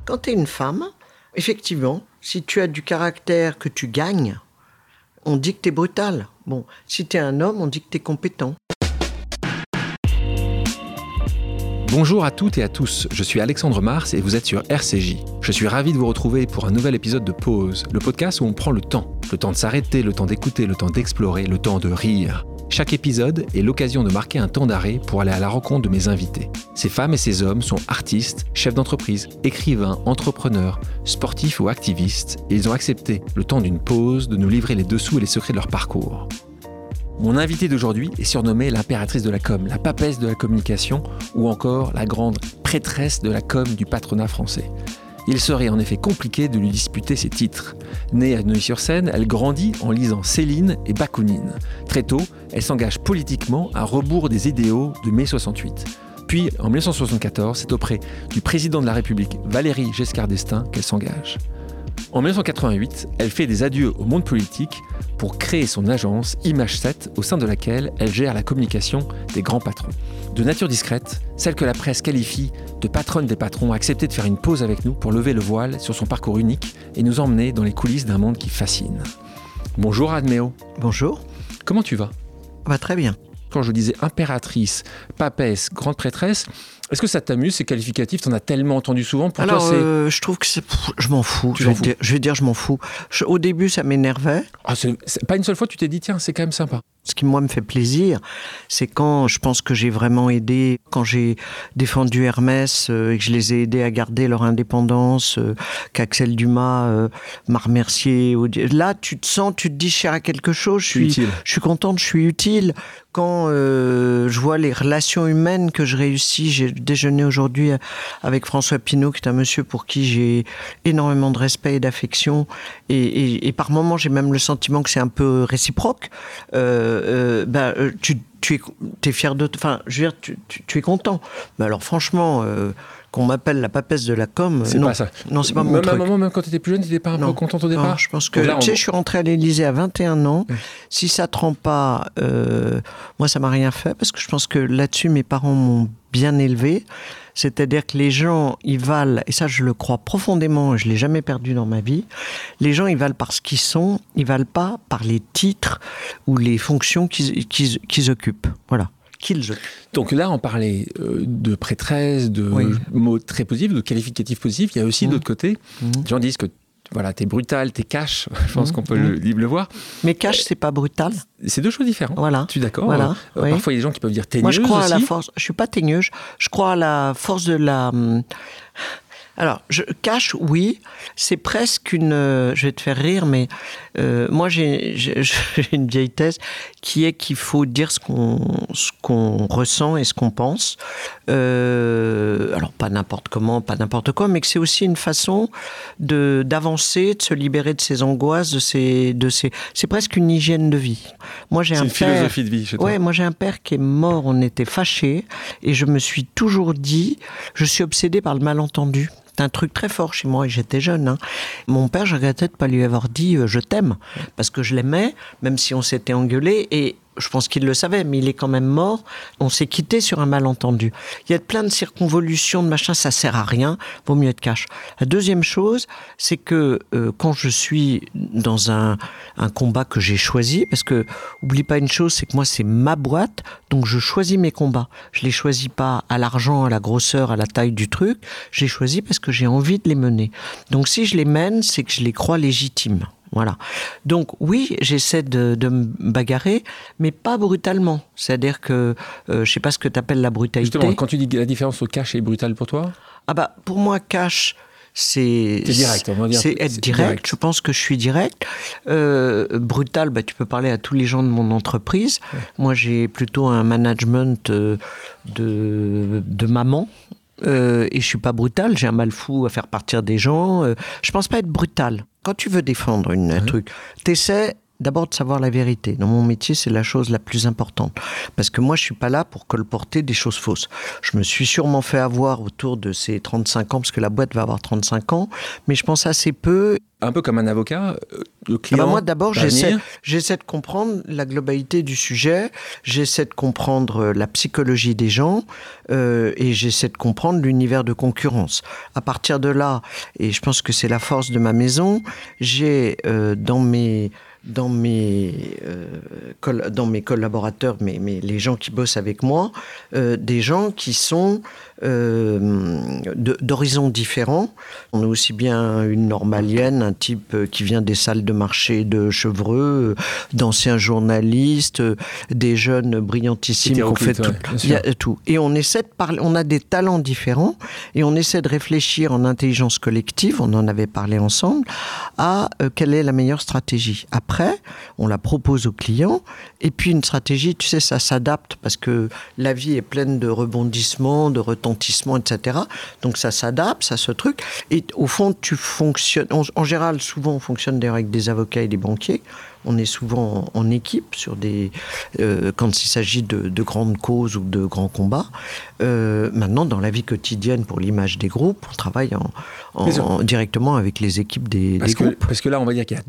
Quand tu es une femme, effectivement, si tu as du caractère que tu gagnes, on dit que tu es brutal. Bon, si tu es un homme, on dit que tu es compétent. Bonjour à toutes et à tous, je suis Alexandre Mars et vous êtes sur RCJ. Je suis ravi de vous retrouver pour un nouvel épisode de Pause, le podcast où on prend le temps. Le temps de s'arrêter, le temps d'écouter, le temps d'explorer, le temps de rire. Chaque épisode est l'occasion de marquer un temps d'arrêt pour aller à la rencontre de mes invités. Ces femmes et ces hommes sont artistes, chefs d'entreprise, écrivains, entrepreneurs, sportifs ou activistes, et ils ont accepté, le temps d'une pause, de nous livrer les dessous et les secrets de leur parcours. Mon invitée d'aujourd'hui est surnommée l'impératrice de la com, la papesse de la communication ou encore la grande prêtresse de la com du patronat français. Il serait en effet compliqué de lui disputer ses titres. Née à Neuilly-sur-Seine, elle grandit en lisant Céline et Bakounine. Très tôt, elle s'engage politiquement à rebours des idéaux de mai 68. Puis, en 1974, c'est auprès du président de la République, Valéry Giscard d'Estaing, qu'elle s'engage. En 1988, elle fait des adieux au monde politique pour créer son agence Image 7, au sein de laquelle elle gère la communication des grands patrons. De nature discrète, celle que la presse qualifie de patronne des patrons a accepté de faire une pause avec nous pour lever le voile sur son parcours unique et nous emmener dans les coulisses d'un monde qui fascine. Bonjour Anne Méo. Bonjour. Comment tu vas ? Très bien. Quand je disais impératrice, papesse, grande prêtresse, est-ce que ça t'amuse, ces qualificatifs ? T'en as tellement entendu souvent. Pour Alors, toi, je trouve que je m'en fous. Je vais dire, je m'en fous. Au début, ça m'énervait. C'est pas une seule fois, tu t'es dit, tiens, c'est quand même sympa. Ce qui, moi, me fait plaisir, c'est quand je pense que j'ai vraiment aidé, quand j'ai défendu Hermès et que je les ai aidés à garder leur indépendance, qu'Axel Dumas m'a remercié. Là, tu te dis, je sers à quelque chose, je suis contente, je suis utile. Quand je vois les relations humaines que je réussis, j'ai déjeuné aujourd'hui avec François Pinault, qui est un monsieur pour qui j'ai énormément de respect et d'affection, et par moments j'ai même le sentiment que c'est un peu réciproque. Tu es fier de... Enfin, je veux dire, tu es content. Mais alors franchement... qu'on m'appelle la papesse de la com, c'est non. Pas ça. Non, c'est pas mon truc. truc. Même à un moment, même quand tu étais plus jeune, tu n'étais pas un peu contente au départ ? Non, je pense que... je suis rentrée à l'Élysée à 21 ans. Si ça te rend pas... moi, ça m'a rien fait, parce que je pense que là-dessus, mes parents m'ont bien élevé. C'est-à-dire que les gens, ils valent, et ça, je le crois profondément, je ne l'ai jamais perdu dans ma vie, les gens, ils valent par ce qu'ils sont, ils valent pas par les titres ou les fonctions qu'ils occupent. Voilà. Donc là, on parlait de prêtresse, de mots très positifs, de qualificatifs positifs. Il y a aussi d'autre côté, les gens disent que voilà, t'es brutal, t'es cash. Je pense qu'on peut le voir. Mais cash, c'est pas brutal. C'est deux choses différentes. Voilà. Tu es d'accord ? Voilà. Parfois, il y a des gens qui peuvent dire teigneuse. Moi, je crois aussi. à la force. Je suis pas teigneuse. Je crois à la force de la... Alors, cash, oui, c'est presque une... je vais te faire rire, mais moi, j'ai une vieille thèse qui est qu'il faut dire ce qu'on ressent et ce qu'on pense. Alors, pas n'importe comment, pas n'importe quoi, mais que c'est aussi une façon d'avancer, de se libérer de ses angoisses, c'est presque une hygiène de vie. Moi, j'ai c'est une philosophie de vie chez toi. Ouais, moi, j'ai un père qui est mort, on était fâchés, et je me suis toujours dit, je suis obsédée par le malentendu. C'est un truc très fort chez moi, et j'étais jeune. Hein. Mon père, je regrettais de ne pas lui avoir dit « je t'aime », parce que je l'aimais, même si on s'était engueulé, et je pense qu'il le savait, mais il est quand même mort. On s'est quitté sur un malentendu. Il y a plein de circonvolutions, de machin, ça sert à rien, vaut mieux être cash. La deuxième chose, c'est que quand je suis dans un combat que j'ai choisi, parce que, oublie pas une chose, c'est que moi, c'est ma boîte, donc je choisis mes combats. Je les choisis pas à l'argent, à la grosseur, à la taille du truc, je les choisis parce que j'ai envie de les mener. Donc si je les mène, c'est que je les crois légitimes. Voilà. Donc oui, j'essaie de me bagarrer, mais pas brutalement. C'est-à-dire que je sais pas ce que tu appelles la brutalité. Justement, quand tu dis la différence au cash et brutal pour toi ? Pour moi, cash, c'est direct, on va dire. C'est être direct. Je pense que je suis direct. Brutal, tu peux parler à tous les gens de mon entreprise. Ouais. Moi, j'ai plutôt un management de maman. Et je suis pas brutal, j'ai un mal fou à faire partir des gens. Je pense pas être brutal. Quand tu veux défendre un truc, t'essaies d'abord de savoir la vérité. Dans mon métier, c'est la chose la plus importante. Parce que moi, je suis pas là pour colporter des choses fausses. Je me suis sûrement fait avoir autour de ces 35 ans, parce que la boîte va avoir 35 ans, mais je pense assez peu. Un peu comme un avocat, le client... moi, d'abord, j'essaie de comprendre la globalité du sujet, j'essaie de comprendre la psychologie des gens et j'essaie de comprendre l'univers de concurrence. À partir de là, et je pense que c'est la force de ma maison, j'ai dans mes collaborateurs, mais les gens qui bossent avec moi, des gens qui sont d'horizons différents. On a aussi bien une normalienne, un type qui vient des salles de marché de Chevreux, d'anciens journalistes, des jeunes brillantissimes qui ont fait tout. Il y a tout. Et on essaie de parler, on a des talents différents et on essaie de réfléchir en intelligence collective, on en avait parlé ensemble, à quelle est la meilleure stratégie. Après, on la propose aux clients et puis une stratégie, tu sais, ça s'adapte parce que la vie est pleine de rebondissements, de retentissements, etc. Donc ça s'adapte, ça se truc. Et au fond, tu fonctionnes. En général, souvent, on fonctionne d'ailleurs avec des avocats et des banquiers. On est souvent en équipe sur quand il s'agit de grandes causes ou de grands combats. Maintenant, dans la vie quotidienne, pour l'image des groupes, on travaille directement avec les équipes des groupes. Parce que là, on va dire qu'il y a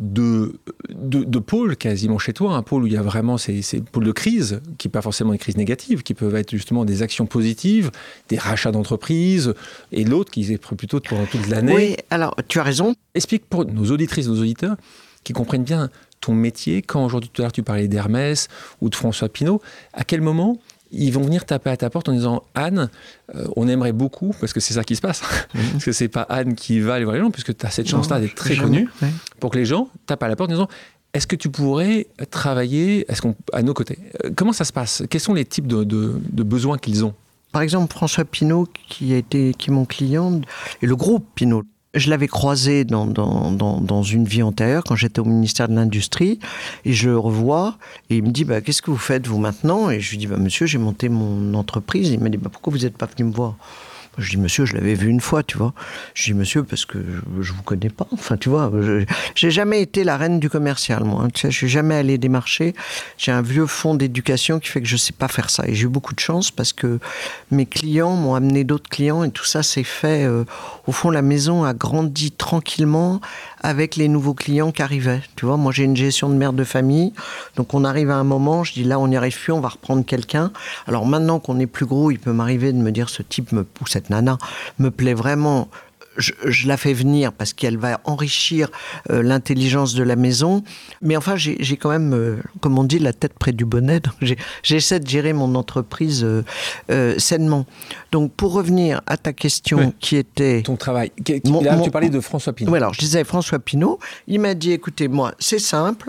deux pôles quasiment chez toi. Un pôle où il y a vraiment ces pôles de crise, qui ne sont pas forcément des crises négatives, qui peuvent être justement des actions positives, des rachats d'entreprises, et l'autre qui est plutôt pendant toute l'année. Oui, alors tu as raison. Explique pour nos auditrices, nos auditeurs, qui comprennent bien ton métier, quand aujourd'hui tout à l'heure tu parlais d'Hermès ou de François Pinault, à quel moment ils vont venir taper à ta porte en disant « Anne, on aimerait beaucoup », parce que c'est ça qui se passe, parce que c'est pas Anne qui va aller voir les gens, puisque tu as cette chance-là d'être très connue, pour que les gens tapent à la porte en disant « Est-ce que tu pourrais travailler à nos côtés ?» Comment ça se passe? Quels sont les types de besoins qu'ils ont? Par exemple, François Pinault, qui est mon client, et le groupe Pinault. Je l'avais croisé dans une vie antérieure, quand j'étais au ministère de l'Industrie, et je le revois, et il me dit « Qu'est-ce que vous faites, vous, maintenant ?» Et je lui dis « Monsieur, j'ai monté mon entreprise. » Il m'a dit « Pourquoi vous n'êtes pas venu me voir ?» Je dis « Monsieur, je l'avais vu une fois, tu vois. » Je dis « Monsieur, parce que je vous connais pas. » Enfin, tu vois, j'ai jamais été la reine du commercial, moi. Tu sais, je suis jamais allé démarcher. J'ai un vieux fonds d'éducation qui fait que je sais pas faire ça. Et j'ai eu beaucoup de chance parce que mes clients m'ont amené d'autres clients et tout ça s'est fait. Au fond, la maison a grandi tranquillement avec les nouveaux clients qui arrivaient. Tu vois, moi, j'ai une gestion de mère de famille. Donc, on arrive à un moment, je dis là, on n'y arrive plus, on va reprendre quelqu'un. Alors, maintenant qu'on est plus gros, il peut m'arriver de me dire ce type ou cette nana me plaît vraiment. Je la fais venir parce qu'elle va enrichir l'intelligence de la maison. Mais enfin, j'ai quand même, comme on dit, la tête près du bonnet. Donc j'essaie de gérer mon entreprise sainement. Donc, pour revenir à ta question qui était... Ton travail. Tu parlais de François Pinault. Oui, alors, je disais François Pinault. Il m'a dit, écoutez, moi, c'est simple.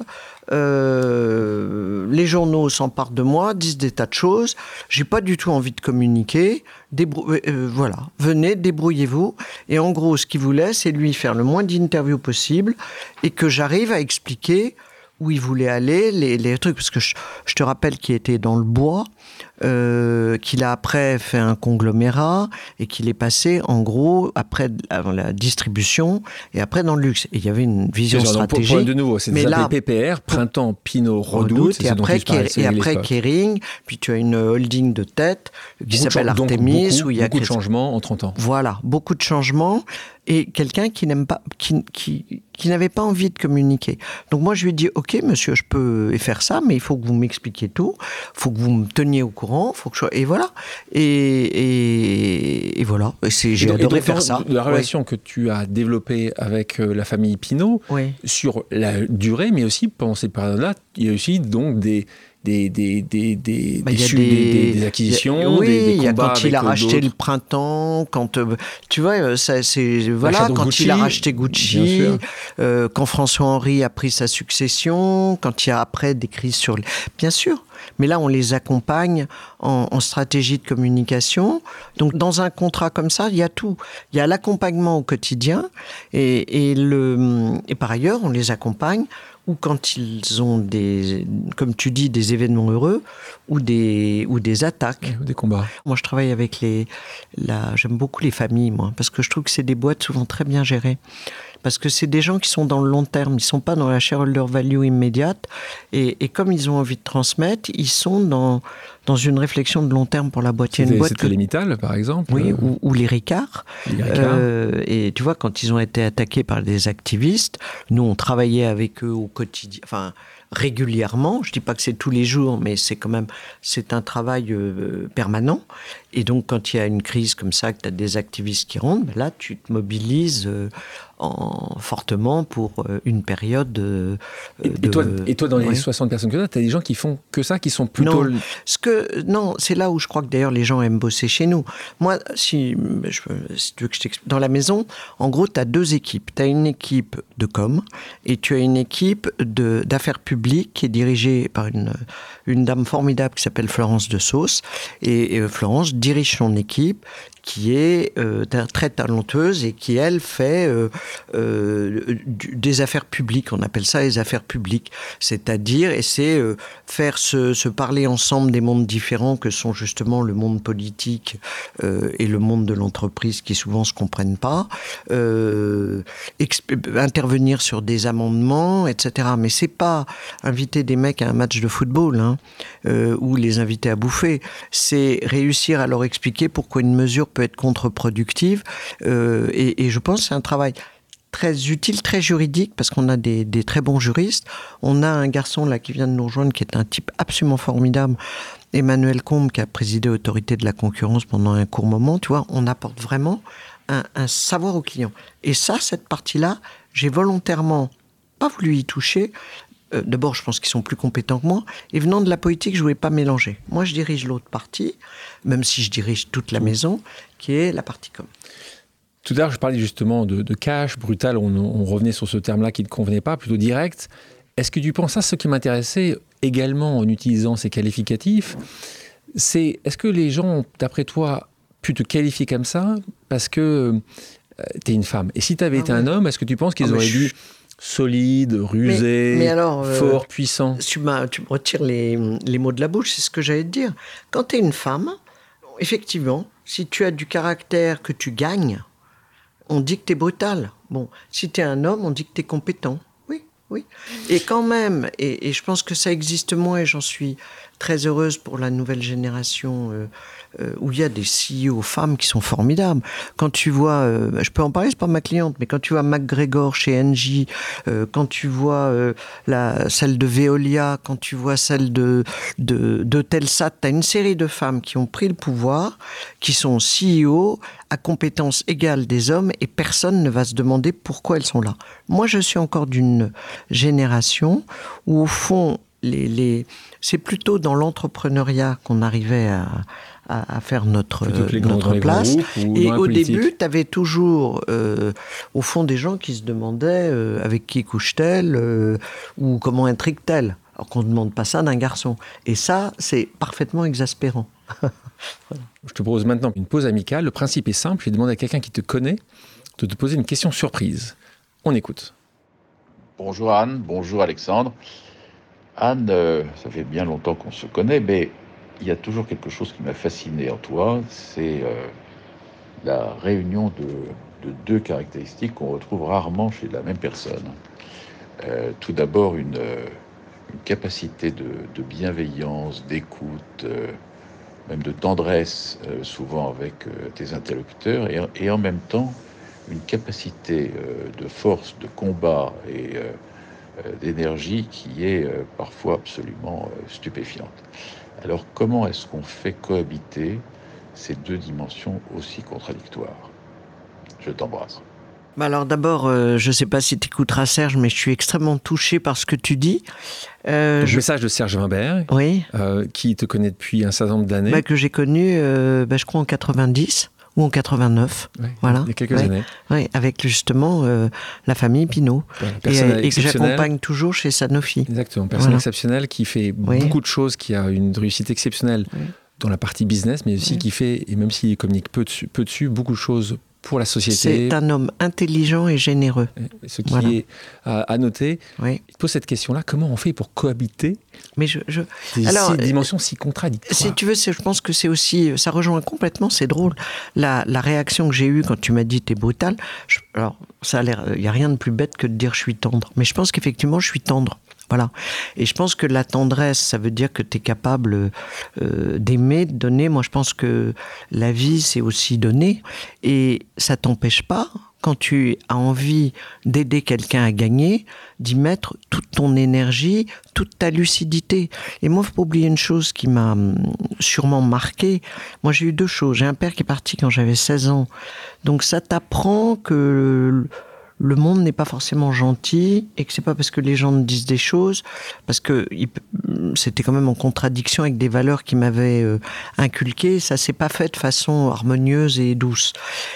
Les journaux s'emparent de moi, disent des tas de choses. J'ai pas du tout envie de communiquer. Voilà, venez, débrouillez-vous. Et en gros, ce qu'il voulait, c'est lui faire le moins d'interviews possible et que j'arrive à expliquer où il voulait aller, les trucs. Parce que je te rappelle qu'il était dans le bois, qu'il a après fait un conglomérat et qu'il est passé, en gros, après la distribution et après dans le luxe. Et il y avait une vision stratégique. De nouveau, c'est des PPR, Printemps, Pinault, Redoute. Et après Kering. Puis tu as une holding de tête qui s'appelle Artemis. Où il y a beaucoup de changements en 30 ans. Voilà, beaucoup de changements. Et quelqu'un qui n'aime pas, qui n'avait pas envie de communiquer. Donc moi, je lui ai dit, OK, monsieur, je peux faire ça, mais il faut que vous m'expliquiez tout. Il faut que vous me teniez au courant. Faut que et voilà. Et voilà. J'ai adoré faire ça. La relation que tu as développée avec la famille Pinault, sur la durée, mais aussi pendant cette période-là, il y a aussi donc des acquisitions, des combats quand il a racheté le Printemps, quand tu vois, quand il a racheté Gucci, quand François-Henri a pris sa succession, quand il y a après des crises bien sûr. Mais là, on les accompagne en stratégie de communication. Donc, dans un contrat comme ça, il y a tout. Il y a l'accompagnement au quotidien et par ailleurs, on les accompagne ou quand ils ont comme tu dis, des événements heureux ou des attaques. Des combats. Moi, je travaille avec j'aime beaucoup les familles, moi, parce que je trouve que c'est des boîtes souvent très bien gérées. Parce que c'est des gens qui sont dans le long terme, ils ne sont pas dans la shareholder value immédiate. Et comme ils ont envie de transmettre, ils sont dans une réflexion de long terme pour la boîte. C'était les Mittal, par exemple. Oui, ou les Ricard. Et tu vois, quand ils ont été attaqués par des activistes, nous, on travaillait avec eux au quotidien, enfin, régulièrement. Je ne dis pas que c'est tous les jours, mais c'est un travail permanent. Et donc, quand il y a une crise comme ça, que tu as des activistes qui rentrent, ben là, tu te mobilises fortement pour une période Et toi, dans les 60 personnes que tu as des gens qui font que ça, qui sont plutôt... Non, c'est là où je crois que d'ailleurs les gens aiment bosser chez nous. Moi, si tu veux que je t'explique, dans la maison, en gros, tu as 2 équipes. Tu as une équipe de com et tu as une équipe d'affaires publiques qui est dirigée par une dame formidable qui s'appelle Florence de Sauce. Et Florence dirige son équipe qui est très talentueuse et qui, elle, fait des affaires publiques. On appelle ça les affaires publiques. C'est-à-dire, et c'est faire se parler ensemble des mondes différents que sont justement le monde politique et le monde de l'entreprise qui souvent ne se comprennent pas, intervenir sur des amendements, etc. Mais c'est pas inviter des mecs à un match de football, ou les inviter à bouffer. C'est réussir à leur expliquer pourquoi une mesure peut être contre-productive. Et je pense que c'est un travail très utile, très juridique, parce qu'on a des très bons juristes. On a un garçon là qui vient de nous rejoindre, qui est un type absolument formidable, Emmanuel Combe, qui a présidé l'autorité de la concurrence pendant un court moment. Tu vois, on apporte vraiment un savoir au client. Et ça, cette partie-là, j'ai volontairement pas voulu y toucher. D'abord, je pense qu'ils sont plus compétents que moi. Et venant de la politique, je ne voulais pas mélanger. Moi, je dirige l'autre partie, même si je dirige toute la maison, qui est la partie com. Tout à l'heure, je parlais justement de cash, brutal. On revenait sur ce terme-là qui ne convenait pas, plutôt direct. Est-ce que tu penses, ça, ce qui m'intéressait également en utilisant ces qualificatifs, c'est est-ce que les gens ont, d'après toi, pu te qualifier comme ça parce que tu es une femme? Et si tu avais été un homme, est-ce que tu penses qu'ils auraient dit solide, rusé, mais alors, fort, puissant? Tu me retires les mots de la bouche, c'est ce que j'allais te dire. Quand tu es une femme, effectivement, si tu as du caractère que tu gagnes, on dit que tu es brutal. Bon, si tu es un homme, on dit que tu es compétent. Oui. Et quand même, et je pense que ça existe moins, et j'en suis très heureuse pour la nouvelle génération où il y a des CEO femmes qui sont formidables. Quand tu vois, je peux en parler, c'est pas ma cliente, mais quand tu vois McGregor chez Engie, quand tu vois celle de Veolia, quand tu vois celle de Telsat, tu as une série de femmes qui ont pris le pouvoir, qui sont CEO à compétences égales des hommes, et personne ne va se demander pourquoi elles sont là. Moi, je suis encore d'une génération où, au fond, c'est plutôt dans l'entrepreneuriat qu'on arrivait à faire notre place. Et au début, tu avais toujours, au fond, des gens qui se demandaient avec qui couche-t-elle ou comment intrigue-t-elle, alors qu'on ne demande pas ça d'un garçon. Et ça, c'est parfaitement exaspérant. Voilà. Je te propose maintenant une pause amicale. Le principe est simple, j'ai demandé à quelqu'un qui te connaît de te poser une question surprise. On écoute. Bonjour Anne, bonjour Alexandre. Anne, ça fait bien longtemps qu'on se connaît, mais il y a toujours quelque chose qui m'a fasciné en toi, c'est la réunion de 2 caractéristiques qu'on retrouve rarement chez la même personne. Tout d'abord, une capacité de bienveillance, d'écoute, même de tendresse, souvent avec tes interlocuteurs, et en même temps, une capacité de force, de combat et d'énergie qui est parfois absolument stupéfiante. Alors, comment est-ce qu'on fait cohabiter ces 2 dimensions aussi contradictoires? Je t'embrasse. Alors d'abord, je ne sais pas si tu écouteras Serge, mais je suis extrêmement touché par ce que tu dis. Message de Serge Wimberg, oui. Qui te connaît depuis un certain nombre d'années. Que j'ai connu, je crois, en 90 ou en 89. Ouais, voilà. Il y a quelques années. Oui, avec justement la famille Pinault. Et que j'accompagne toujours chez Sanofi. Exactement, personne exceptionnelle qui fait beaucoup de choses, qui a une réussite exceptionnelle dans la partie business, mais aussi qui fait, et même s'il communique peu dessus, beaucoup de choses pour la société. C'est un homme intelligent et généreux. Ce qui est à noter. Oui. Il pose cette question-là, comment on fait pour cohabiter Mais ces dimensions si contradictoires? Si tu veux, je pense que c'est aussi, ça rejoint complètement, c'est drôle, la réaction que j'ai eue quand tu m'as dit t'es brutal. Alors, ça a l'air, il n'y a rien de plus bête que de dire je suis tendre. Mais je pense qu'effectivement, je suis tendre. Voilà. Et je pense que la tendresse, ça veut dire que tu es capable d'aimer, de donner. Moi, je pense que la vie, c'est aussi donner. Et ça t'empêche pas, quand tu as envie d'aider quelqu'un à gagner, d'y mettre toute ton énergie, toute ta lucidité. Et moi, il ne faut pas oublier une chose qui m'a sûrement marqué. Moi, j'ai eu 2 choses. J'ai un père qui est parti quand j'avais 16 ans. Donc, ça t'apprend que le monde n'est pas forcément gentil et que c'est pas parce que les gens me disent des choses, parce que c'était quand même en contradiction avec des valeurs qui m'avaient inculquées. Ça s'est pas fait de façon harmonieuse et douce.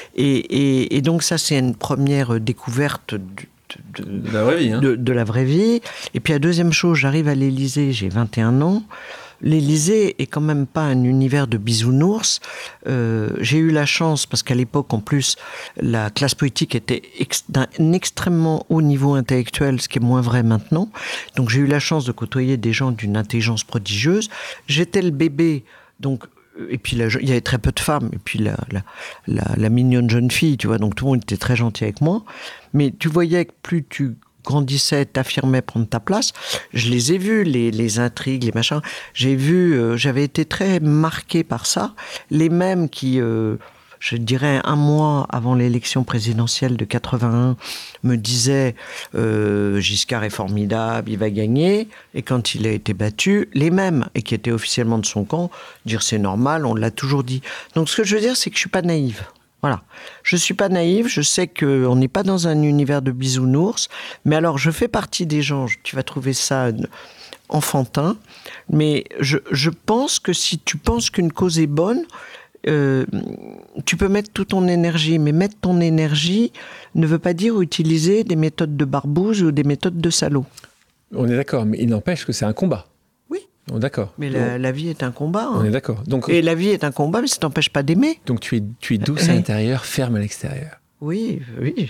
Et donc ça, c'est une première découverte de la vraie vie. Hein. De la vraie vie. Et puis la deuxième chose, j'arrive à l'Élysée, j'ai 21 ans. L'Élysée est quand même pas un univers de bisounours. J'ai eu la chance, parce qu'à l'époque, en plus, la classe politique était d'un extrêmement haut niveau intellectuel, ce qui est moins vrai maintenant. Donc j'ai eu la chance de côtoyer des gens d'une intelligence prodigieuse. J'étais le bébé, donc... Et puis il y avait très peu de femmes, et puis la mignonne jeune fille, tu vois, donc tout le monde était très gentil avec moi. Mais tu voyais que plus tu grandissais, t'affirmais prendre ta place. Je les ai vus, les intrigues, les machins. J'ai vu, j'avais été très marqué par ça. Les mêmes qui, je dirais 1 mois avant l'élection présidentielle de 81, me disaient Giscard est formidable, il va gagner. Et quand il a été battu, les mêmes, et qui étaient officiellement de son camp, dire c'est normal, on l'a toujours dit. Donc ce que je veux dire, c'est que je suis pas naïve. Voilà. Je suis pas naïve, je sais qu'on n'est pas dans un univers de bisounours, mais alors je fais partie des gens, tu vas trouver ça enfantin, mais je pense que si tu penses qu'une cause est bonne, tu peux mettre toute ton énergie, mais mettre ton énergie ne veut pas dire utiliser des méthodes de barbouze ou des méthodes de salaud. On est d'accord, mais il n'empêche que c'est un combat. Oh, d'accord. Mais la vie est un combat. Hein. On est d'accord. Donc, et la vie est un combat, mais ça t'empêche pas d'aimer. Donc tu es douce à l'intérieur, ferme à l'extérieur. Oui,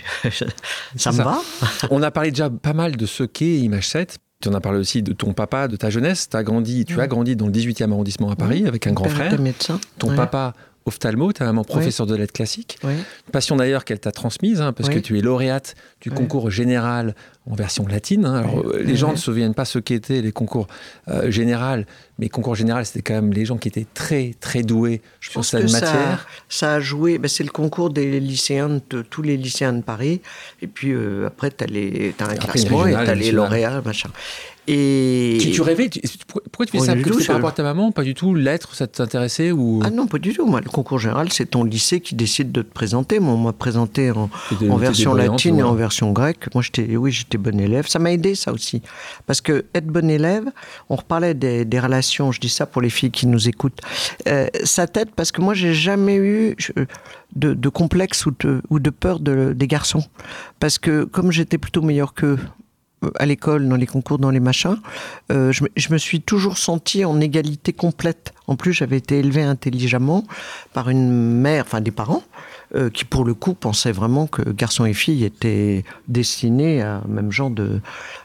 ça me va. On a parlé déjà pas mal de ce qu'est Image 7. Tu en as parlé aussi de ton papa, de ta jeunesse. Tu as grandi dans le 18e arrondissement à Paris avec un grand frère. Était médecin. Ton papa, ophtalmo, ta maman, professeur de lettres classiques. Oui. Passion d'ailleurs qu'elle t'a transmise, parce que tu es lauréate du concours général en version latine. Alors, les gens ne se souviennent pas ce qu'étaient les concours général, mais concours général, c'était quand même les gens qui étaient très, très doués sur cette matière. Ça a joué, c'est le concours des lycéens, de tous les lycéens de Paris. Et puis après, t'as un classement et t'as les lauréats, machin. Et... Tu rêvais pourquoi tu fais ça? C'est par rapport à ta maman? Pas du tout. Lettres, ça t'intéressait ou... Ah non, pas du tout. Moi, le concours général, c'est ton lycée qui décide de te présenter. Moi, on m'a présenté en version latine et en version grecque. Moi, j'étais bon élève. Ça m'a aidé, ça aussi. Parce que être bon élève, on reparlait des relations, je dis ça pour les filles qui nous écoutent, ça t'aide parce que moi, j'ai jamais eu de complexe ou de peur des garçons. Parce que comme j'étais plutôt meilleur qu'eux, à l'école, dans les concours, dans les machins, je me suis toujours sentie en égalité complète. En plus, j'avais été élevée intelligemment par une mère, enfin des parents, qui pour le coup pensaient vraiment que garçons et filles étaient destinés à même genre de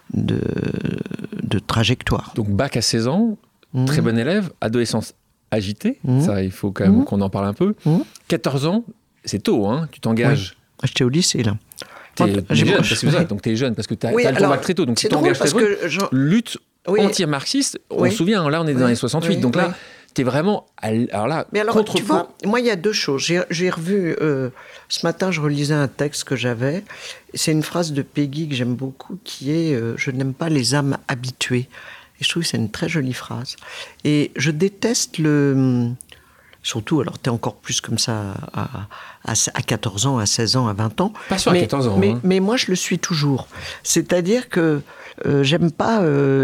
trajectoire. Donc bac à 16 ans, très bon élève, adolescence agitée, ça il faut quand même qu'on en parle un peu. 14 ans, c'est tôt, hein, tu t'engages. Oui. J'étais au lycée là. T'es jeune, parce que ça, donc t'es jeune, parce que t'as le ton bac très tôt, donc tu t'engages très tôt. Lutte anti-marxiste, on se souvient, là on est dans les années 68, donc là, t'es vraiment, contre tu vois, moi il y a 2 choses. J'ai revu, ce matin je relisais un texte que j'avais, c'est une phrase de Peggy que j'aime beaucoup, qui est « Je n'aime pas les âmes habituées ». Et je trouve que c'est une très jolie phrase. Et je déteste surtout, alors t'es encore plus comme ça à 14 ans, à 16 ans, à 20 ans. Pas sûr à 14 ans. Mais moi, je le suis toujours. C'est-à-dire que j'aime pas...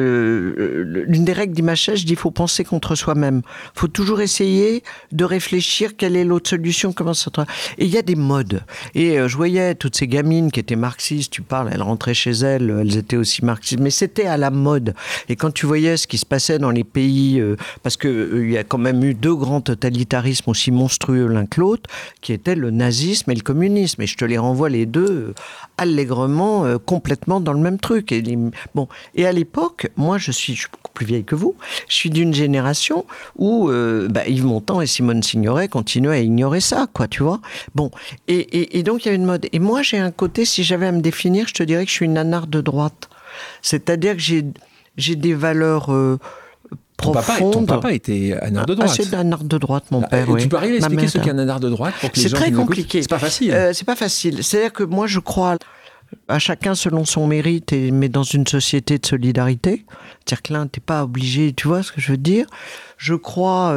l'une des règles d'Image 7, je dis, il faut penser contre soi-même. Il faut toujours essayer de réfléchir quelle est l'autre solution, comment ça... Et il y a des modes. Et je voyais toutes ces gamines qui étaient marxistes, tu parles, elles rentraient chez elles, elles étaient aussi marxistes, mais c'était à la mode. Et quand tu voyais ce qui se passait dans les pays... parce qu'il y a quand même eu 2 grands totalitarismes aussi monstrueux l'un que l'autre, qui étaient le le nazisme et le communisme. Et je te les renvoie les deux allègrement, complètement dans le même truc. Et à l'époque, moi, je suis beaucoup plus vieille que vous. Je suis d'une génération où Yves Montand et Simone Signoret continuaient à ignorer ça, quoi, tu vois. Bon, et donc il y a une mode. Et moi, j'ai un côté, si j'avais à me définir, je te dirais que je suis une nanarde de droite. C'est-à-dire que j'ai des valeurs profondes. Ton papa était un art de droite. C'est un art de droite, mon père, oui. Tu peux arriver à expliquer ce qu'est un art de droite pour que les gens C'est très compliqué. C'est pas facile. C'est pas facile. C'est-à-dire que moi, je crois à chacun selon son mérite, mais dans une société de solidarité. C'est-à-dire que là, t'es pas obligé, tu vois ce que je veux dire. Je crois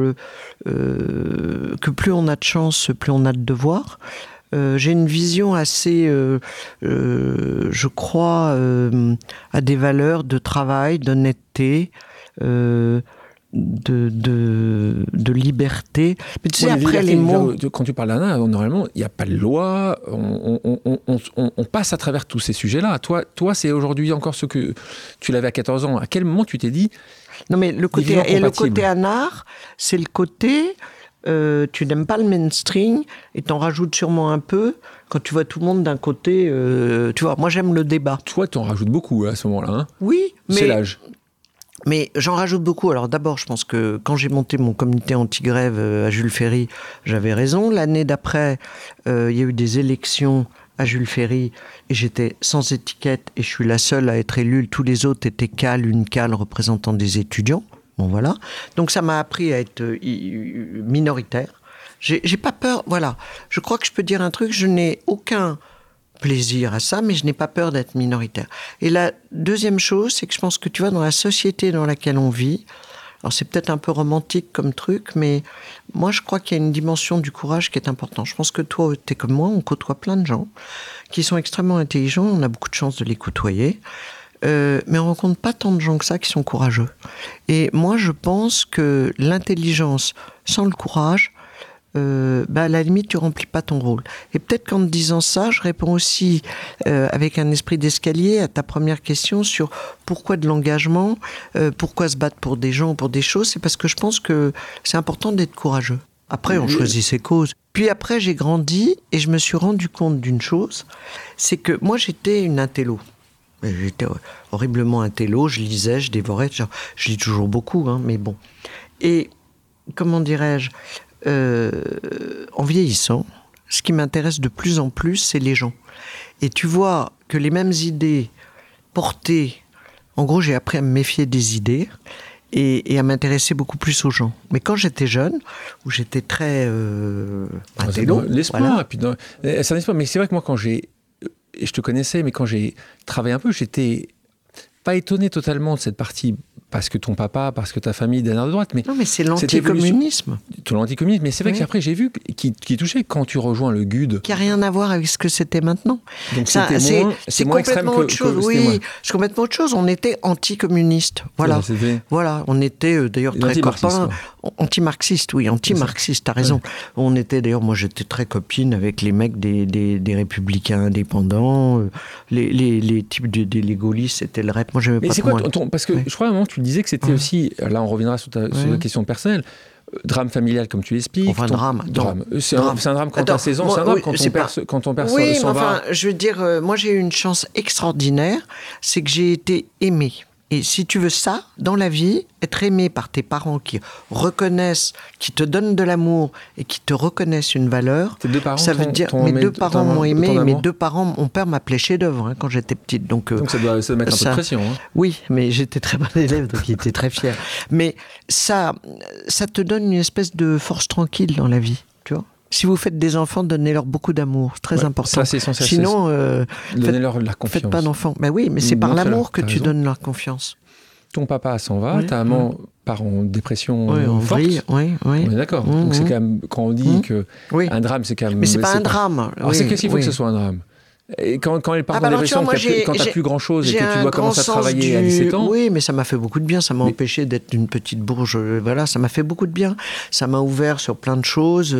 que plus on a de chance, plus on a de devoirs. J'ai une vision assez, je crois, à des valeurs de travail, d'honnêteté, de liberté. Mais tu sais, après les mots... Quand tu parles d'Anna, normalement, il n'y a pas de loi, on passe à travers tous ces sujets-là. Toi, c'est aujourd'hui encore ce que tu l'avais à 14 ans. À quel moment tu t'es dit... Non, mais le côté anard, c'est le côté... tu n'aimes pas le mainstream et t'en rajoutes sûrement un peu quand tu vois tout le monde d'un côté. Tu vois, moi j'aime le débat. Toi, t'en rajoutes beaucoup à ce moment-là. Hein, oui, mais c'est l'âge. Mais j'en rajoute beaucoup. Alors d'abord, je pense que quand j'ai monté mon comité anti-grève à Jules Ferry, j'avais raison. L'année d'après, il y a eu des élections à Jules Ferry et j'étais sans étiquette et je suis la seule à être élue. Tous les autres étaient une cale représentant des étudiants. Bon, voilà. Donc, ça m'a appris à être minoritaire. J'ai pas peur, voilà. Je crois que je peux dire un truc, je n'ai aucun plaisir à ça, mais je n'ai pas peur d'être minoritaire. Et la deuxième chose, c'est que je pense que, tu vois, dans la société dans laquelle on vit, alors c'est peut-être un peu romantique comme truc, mais moi, je crois qu'il y a une dimension du courage qui est importante. Je pense que toi, t'es comme moi, on côtoie plein de gens qui sont extrêmement intelligents, on a beaucoup de chance de les côtoyer. Mais on rencontre pas tant de gens que ça qui sont courageux. Et moi, je pense que l'intelligence sans le courage, à la limite, tu remplis pas ton rôle. Et peut-être qu'en te disant ça, je réponds aussi avec un esprit d'escalier à ta première question sur pourquoi de l'engagement, pourquoi se battre pour des gens, pour des choses. C'est parce que je pense que c'est important d'être courageux. Après, on choisit ses causes. Puis après, j'ai grandi et je me suis rendu compte d'une chose, c'est que moi, j'étais une intello. J'étais horriblement intello, je lisais, je dévorais, je lis toujours beaucoup, hein, mais bon. Et, comment dirais-je, en vieillissant, ce qui m'intéresse de plus en plus, c'est les gens. Et tu vois que les mêmes idées portées, en gros, j'ai appris à me méfier des idées et à m'intéresser beaucoup plus aux gens. Mais quand j'étais jeune, où j'étais très intello... L'espoir, voilà. Et puis c'est un espoir, mais c'est vrai que moi, je te connaissais, mais quand j'ai travaillé un peu, j'étais pas étonné totalement de cette partie, parce que ton papa, parce que ta famille d'un art de droite. Mais non, mais c'est l'anticommunisme. L'anticommunisme, mais c'est vrai qu'après, j'ai vu qui touchait quand tu rejoins le GUD. Qui n'a rien à voir avec ce que c'était maintenant. Donc c'est moins extrême autre chose. Oui, c'est complètement autre chose. On était anticommunistes. Voilà. Voilà. On était d'ailleurs très copains. Anti-marxiste, oui, anti-marxiste, t'as raison. Ouais. On était d'ailleurs, moi j'étais très copine avec les mecs des républicains indépendants, les types des gaullistes, c'était le rep. Moi j'aimais pas. Mais c'est quoi parce que je crois à un moment tu le disais que c'était aussi, là on reviendra sur la question personnelle, drame familial comme tu l'expliques. Enfin, drame. C'est un drame quand t'as 16 ans, c'est un drame quand ton père oui, s'en va. Enfin, je veux dire, moi j'ai eu une chance extraordinaire, c'est que j'ai été aimée. Et si tu veux ça, dans la vie, être aimé par tes parents qui reconnaissent, qui te donnent de l'amour et qui te reconnaissent une valeur, tes deux parents ça veut dire mes deux parents m'ont aimé, mes deux parents, mon père m'appelait chef-d'œuvre quand j'étais petite. Donc ça doit mettre un peu de pression. Hein. Oui, mais j'étais très bonne élève, donc il était très fier. Mais ça te donne une espèce de force tranquille dans la vie, tu vois. Si vous faites des enfants, donnez-leur beaucoup d'amour. C'est très important. Ça, c'est essentiel. Sinon, donnez-leur la confiance. Faites pas d'enfants. Ben oui, mais c'est par l'amour que tu donnes leur confiance. Ton papa s'en va, ta maman part en dépression forte. Oui. On est d'accord. Donc c'est quand même, quand on dit un drame, c'est quand même... Mais c'est pas un drame. Alors qu'est-ce qu'il faut que ce soit un drame ? Et quand elle part en dépression, quand t'as plus grand chose et que tu dois commencer à travailler à 17 ans. Oui, mais ça m'a fait beaucoup de bien. Ça m'a empêché d'être une petite bourge. Voilà, ça m'a fait beaucoup de bien. Ça m'a ouvert sur plein de choses.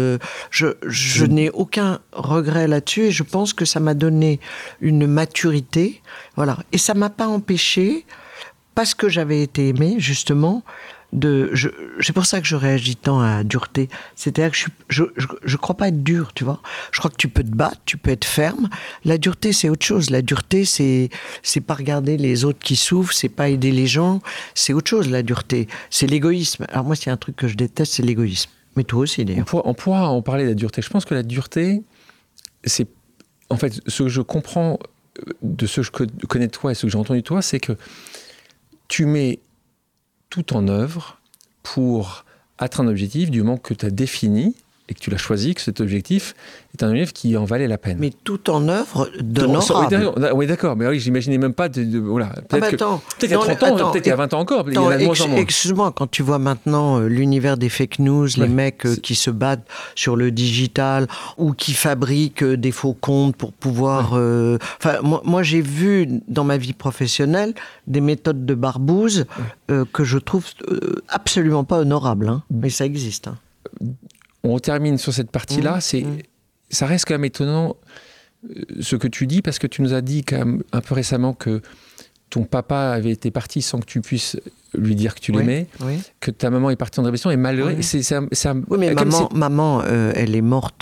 Je n'ai aucun regret là-dessus et je pense que ça m'a donné une maturité. Voilà. Et ça m'a pas empêché, parce que j'avais été aimée, justement, c'est pour ça que je réagis tant à dureté. C'est-à-dire que je crois pas être dur, tu vois. Je crois que tu peux te battre, tu peux être ferme. La dureté, c'est autre chose. La dureté, c'est pas regarder les autres qui souffrent, c'est pas aider les gens. C'est autre chose, la dureté. C'est l'égoïsme. Alors moi, s'il y a un truc que je déteste, c'est l'égoïsme. Mais toi aussi, d'ailleurs. On pourra en parler de la dureté. Je pense que la dureté, c'est... En fait, ce que je comprends de ce que je connais de toi et ce que j'ai entendu de toi, c'est que tu mets tout en œuvre pour atteindre un objectif du moment que tu as défini et que tu l'as choisi, que cet objectif est un objectif qui en valait la peine. Mais tout en œuvre d'honorable. Oui, d'accord, mais oui, j'imaginais même pas voilà. Peut-être qu'il y a 30 ans, peut-être qu'il y a 20 ans encore, il y en a de moins en moins. Excuse-moi, quand tu vois maintenant l'univers des fake news, les mecs qui se battent sur le digital ou qui fabriquent des faux comptes pour pouvoir... moi, j'ai vu dans ma vie professionnelle des méthodes de barbouze que je trouve absolument pas honorables, hein, mais ça existe. Hein. On termine sur cette partie-là. Ça reste quand même étonnant ce que tu dis, parce que tu nous as dit quand même un peu récemment que ton papa avait été parti sans que tu puisses lui dire que tu l'aimais, que ta maman est partie en dépression, et malgré... Oui, mais maman elle est morte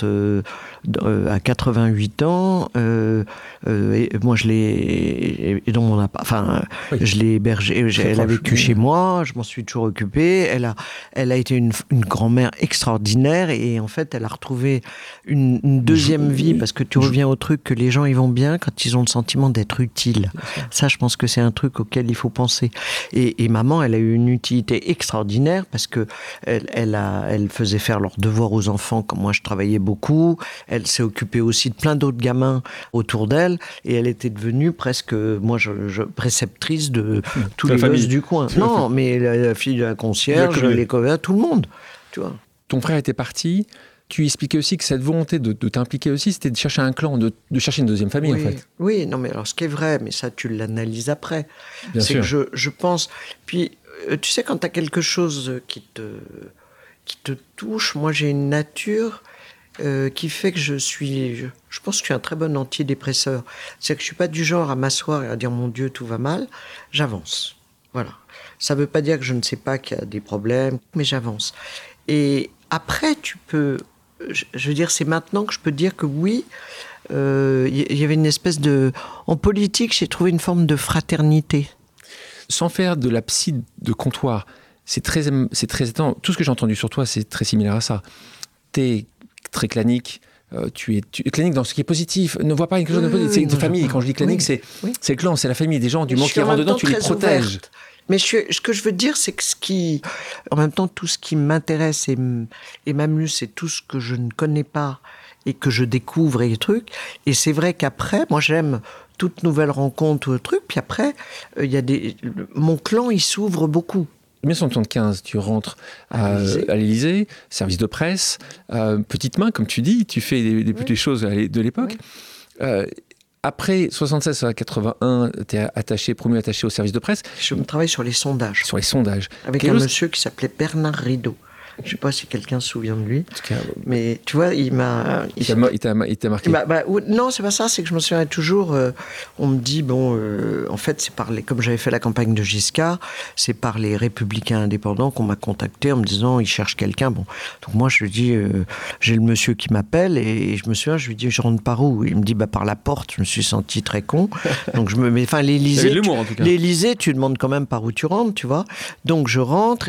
à 88 ans. Et moi, je l'ai... dans mon appart, enfin, je l'ai hébergée. Elle a vécu chez moi, je m'en suis toujours occupé. Elle a été une grand-mère extraordinaire, et en fait, elle a retrouvé une deuxième vie, parce que tu reviens au truc que les gens, ils vont bien quand ils ont le sentiment d'être utiles. Ça, je pense que c'est un truc auquel il faut penser. Et maman, elle a eu une utilité extraordinaire, parce que elle faisait faire leurs devoirs aux enfants quand moi je travaillais beaucoup. Elle s'est occupée aussi de plein d'autres gamins autour d'elle, et elle était devenue presque, moi, préceptrice de tous les gosses du coin. Non, mais la fille de la concierge, les copains, tout le monde, tu vois. Ton frère était parti. Tu expliquais aussi que cette volonté de t'impliquer aussi, c'était de chercher un clan, de chercher une deuxième famille, en fait. Oui, non, mais alors, ce qui est vrai, mais ça, tu l'analyses après. Bien sûr. Que je pense... Puis, tu sais, quand tu as quelque chose qui te touche, moi, j'ai une nature qui fait que je pense que je suis un très bon antidépresseur. C'est que je suis pas du genre à m'asseoir et à dire « Mon Dieu, tout va mal ». J'avance. Voilà. Ça veut pas dire que je ne sais pas qu'il y a des problèmes, mais j'avance. Et après, tu peux... Je veux dire, c'est maintenant que je peux dire que oui, y avait une espèce de... En politique, j'ai trouvé une forme de fraternité. Sans faire de la psy de comptoir, c'est très étonnant. Tout ce que j'ai entendu sur toi, c'est très similaire à ça. T'es très clanique. Tu es clanique dans ce qui est positif. Ne vois pas quelque chose de positif. C'est une famille. Quand je dis clanique, c'est le clan, c'est la famille des gens. Du moment qu'ils rentrent dedans, tu les protèges. Ouverte. Mais ce que je veux dire, c'est que en même temps, tout ce qui m'intéresse et m'amuse, c'est tout ce que je ne connais pas et que je découvre et les trucs. Et c'est vrai qu'après, moi, j'aime toute nouvelle rencontre ou truc. Puis après, mon clan, il s'ouvre beaucoup. En 1975, tu rentres à l'Élysée, service de presse, petite main, comme tu dis, tu fais des petites choses de l'époque. Après 76 à 81, tu es promu attaché au service de presse. Je travaille sur les sondages. Sur les sondages. Avec un monsieur qui s'appelait Bernard Rideau. Je ne sais pas si quelqu'un se souvient de lui. En tout cas, mais tu vois, il t'a marqué. Non, c'est pas ça, c'est que je me souviens toujours. On me dit, en fait, c'est comme j'avais fait la campagne de Giscard, c'est par les Républicains indépendants qu'on m'a contacté en me disant, ils cherchent quelqu'un. Bon, donc moi, je lui dis, j'ai le monsieur qui m'appelle, et je me souviens, je lui dis, je rentre par où? Il me dit, par la porte. Je me suis senti très con. Donc l'Élysée, tu demandes quand même par où tu rentres, tu vois. Donc je rentre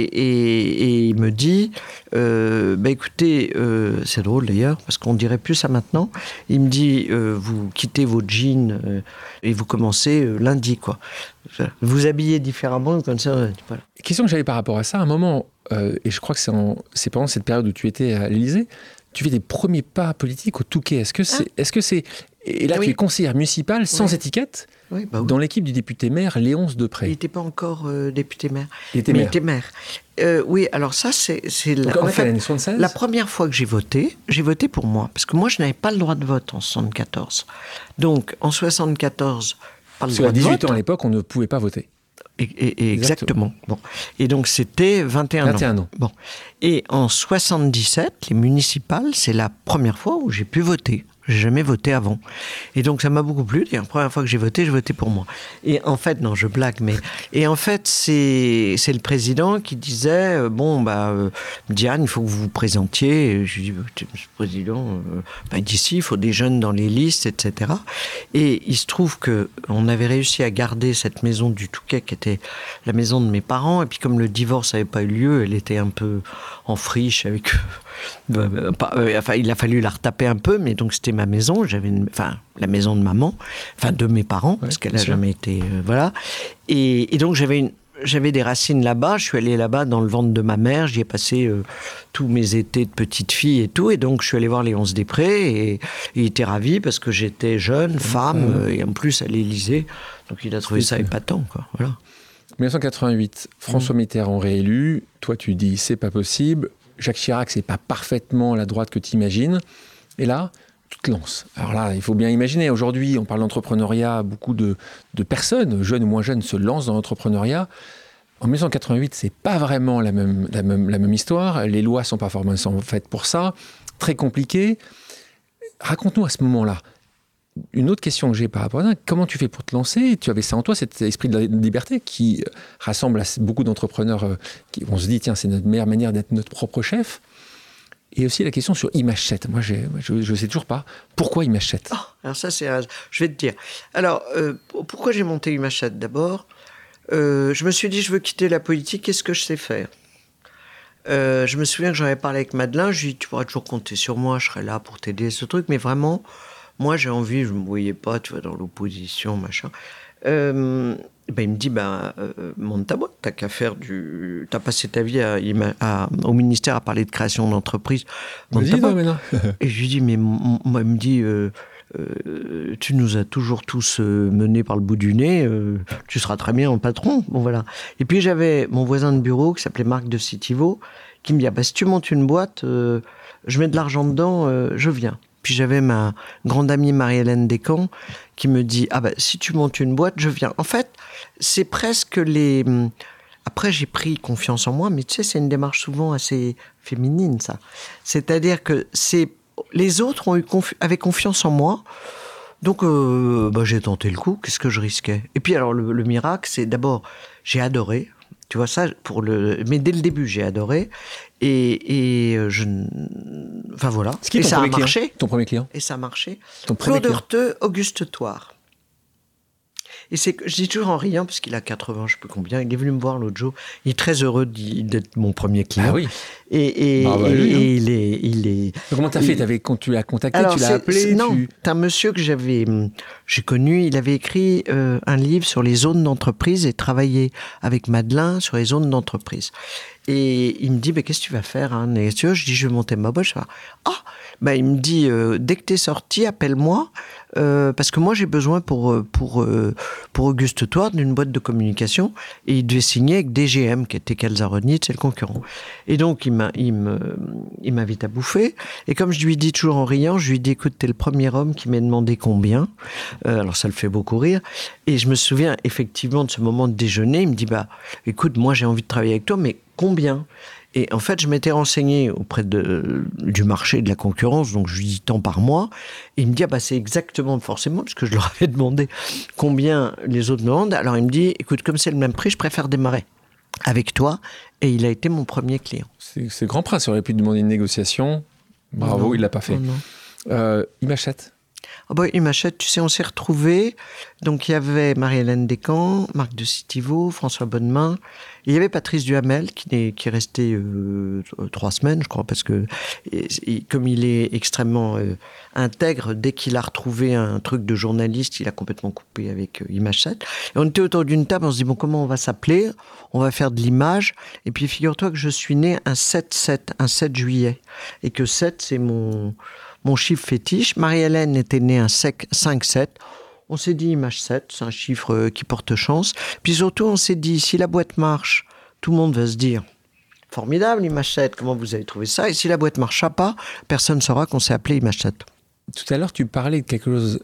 et il me dit, écoutez, c'est drôle d'ailleurs, parce qu'on dirait plus ça maintenant. Il me dit, vous quittez vos jeans et vous commencez lundi, quoi. Vous habillez différemment, comme ça. Voilà. Question que j'avais par rapport à ça, à un moment, et je crois que c'est pendant cette période où tu étais à l'Élysée, tu fais des premiers pas politiques au Touquet. Est-ce que c'est et là, tu es conseillère municipale sans étiquette dans l'équipe du député maire Léonce Deprez. Il n'était pas encore député maire. Il était maire. Oui, alors ça, c'est l'année 76. La première fois que j'ai voté pour moi. Parce que moi, je n'avais pas le droit de vote en 74. Donc, en 74, pas le droit de vote. À 18 ans à l'époque, on ne pouvait pas voter. Exactement. Bon. Et donc, c'était 21 ans. Bon. Et en 77, les municipales, c'est la première fois où j'ai pu voter. J'ai jamais voté avant. Et donc, ça m'a beaucoup plu. Et la première fois que j'ai voté pour moi. Et en fait, non, je blague, mais... Et en fait, c'est le président qui disait, Diane, il faut que vous vous présentiez. Et je lui dis, monsieur le président, d'ici, il faut des jeunes dans les listes, etc. Et il se trouve qu'on avait réussi à garder cette maison du Touquet, qui était la maison de mes parents. Et puis, comme le divorce n'avait pas eu lieu, elle était un peu en friche avec... il a fallu la retaper un peu, mais donc c'était ma maison. La maison de maman, de mes parents, parce qu'elle n'a jamais été... voilà. Et donc j'avais des racines là-bas. Je suis allé là-bas dans le ventre de ma mère. J'y ai passé tous mes étés de petite fille et tout. Et donc je suis allé voir Léonce Després et il était ravi parce que j'étais jeune, femme, et en plus à l'Élysée. Donc il a trouvé ça épatant, quoi. Voilà. 1988, François Mitterrand réélu. Toi, tu dis c'est pas possible. Jacques Chirac, c'est pas parfaitement la droite que tu imagines. Et là, tu te lances. Alors là, il faut bien imaginer. Aujourd'hui, on parle d'entrepreneuriat. Beaucoup de personnes, jeunes ou moins jeunes, se lancent dans l'entrepreneuriat. En 1988, c'est pas vraiment la même histoire. Les lois sont pas forcément faites pour ça. Très compliqué. Raconte-nous à ce moment-là. Une autre question que j'ai par rapport à ça, comment tu fais pour te lancer? Tu avais ça en toi, cet esprit de liberté qui rassemble beaucoup d'entrepreneurs qui vont se dire, tiens, c'est notre meilleure manière d'être notre propre chef. Et aussi la question sur Image 7. Moi, je sais toujours pas pourquoi Image 7. Oh, alors ça, je vais te dire. Alors, pourquoi j'ai monté Image 7 d'abord? Je me suis dit, je veux quitter la politique, qu'est-ce que je sais faire? Je me souviens que j'en avais parlé avec Madeleine, je lui ai dit, tu pourras toujours compter sur moi, je serai là pour t'aider, ce truc, mais vraiment... Moi, j'ai envie, je ne me voyais pas, tu vois, dans l'opposition, machin. Il me dit, monte ta boîte, t'as qu'à faire t'as passé ta vie au ministère à parler de création d'entreprise. Vas-y, non, maintenant. Et je lui dis, mais moi, il me dit, tu nous as toujours tous menés par le bout du nez, tu seras très bien en patron. Bon, voilà. Et puis, j'avais mon voisin de bureau qui s'appelait Marc de Citivo, qui me dit, si tu montes une boîte, je mets de l'argent dedans, je viens. Puis j'avais ma grande amie Marie-Hélène Descamps qui me dit « si tu montes une boîte, je viens ». En fait, c'est presque les... Après, j'ai pris confiance en moi, mais tu sais, c'est une démarche souvent assez féminine, ça. C'est-à-dire que les autres avaient confiance en moi, donc j'ai tenté le coup, qu'est-ce que je risquais? Et puis alors, le miracle, c'est d'abord, j'ai adoré. Tu vois ça, mais dès le début, j'ai adoré. Voilà. Et ça a marché. Ton premier client? Et ça a marché. Claude Heurteux, Auguste Thouars. Et je dis toujours en riant, parce qu'il a 80, je ne sais plus combien, il est venu me voir l'autre jour. Il est très heureux d'être mon premier client. Ah oui. Et il est... Comment tu as fait? Quand tu l'as contacté, tu l'as appelé? Non, c'est un monsieur que j'ai connu. Il avait écrit un livre sur les zones d'entreprise et travaillé avec Madeleine sur les zones d'entreprise. Et il me dit, qu'est-ce que tu vas faire, hein? Je dis, je vais monter ma boîte. Il me dit, dès que tu es sorti, appelle-moi, parce que moi, j'ai besoin pour Auguste Thouars d'une boîte de communication. Et il devait signer avec DGM, qui était Calzaroni, c'est le concurrent. Et donc, il m'invite à bouffer. Et comme je lui dis toujours en riant, je lui dis, écoute, t'es le premier homme qui m'a demandé combien. Alors, ça le fait beaucoup rire. Et je me souviens effectivement de ce moment de déjeuner. Il me dit, écoute, moi, j'ai envie de travailler avec toi, mais combien? Et en fait, je m'étais renseigné auprès du marché de la concurrence, donc je lui dis tant par mois. Et il me dit, c'est exactement forcément, parce que je leur avais demandé combien les autres me demandent. Alors il me dit, écoute, comme c'est le même prix, je préfère démarrer avec toi. Et il a été mon premier client. C'est grand prince, il aurait pu demander une négociation. Bravo, non, il ne l'a pas fait. Il m'achète. Il m'achète, tu sais, on s'est retrouvés. Donc, il y avait Marie-Hélène Descamps, Marc de Citivo, François Bonnemain. Et il y avait Patrice Duhamel, qui est resté 3 semaines, je crois, parce que comme il est extrêmement intègre, dès qu'il a retrouvé un truc de journaliste, il a complètement coupé avec Image 7. Et on était autour d'une table, on se dit, comment on va s'appeler? On va faire de l'image. Et puis, figure-toi que je suis né un 7 juillet. Et que 7, c'est mon chiffre fétiche. Marie-Hélène était née un 5-7. On s'est dit Image 7, c'est un chiffre qui porte chance. Puis surtout, on s'est dit, si la boîte marche, tout le monde va se dire, formidable Image 7, comment vous avez trouvé ça? Et si la boîte ne marcha pas, personne ne saura qu'on s'est appelé Image 7. Tout à l'heure, tu parlais de quelque chose,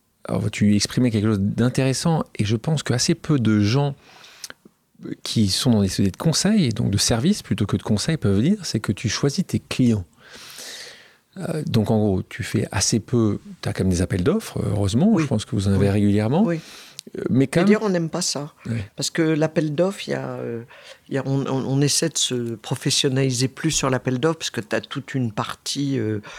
tu exprimais quelque chose d'intéressant, et je pense qu'assez peu de gens qui sont dans des sociétés de conseil, et donc de services plutôt que de conseil, peuvent dire, c'est que tu choisis tes clients. Donc en gros, tu fais assez peu, tu as quand même des appels d'offres, heureusement, Oui. je pense que vous en avez Oui. régulièrement. Oui. Mais quand même... D'ailleurs, on n'aime pas ça. Ouais. Parce que l'appel d'offres, on essaie de se professionnaliser plus sur l'appel d'offres parce que tu as toute une partie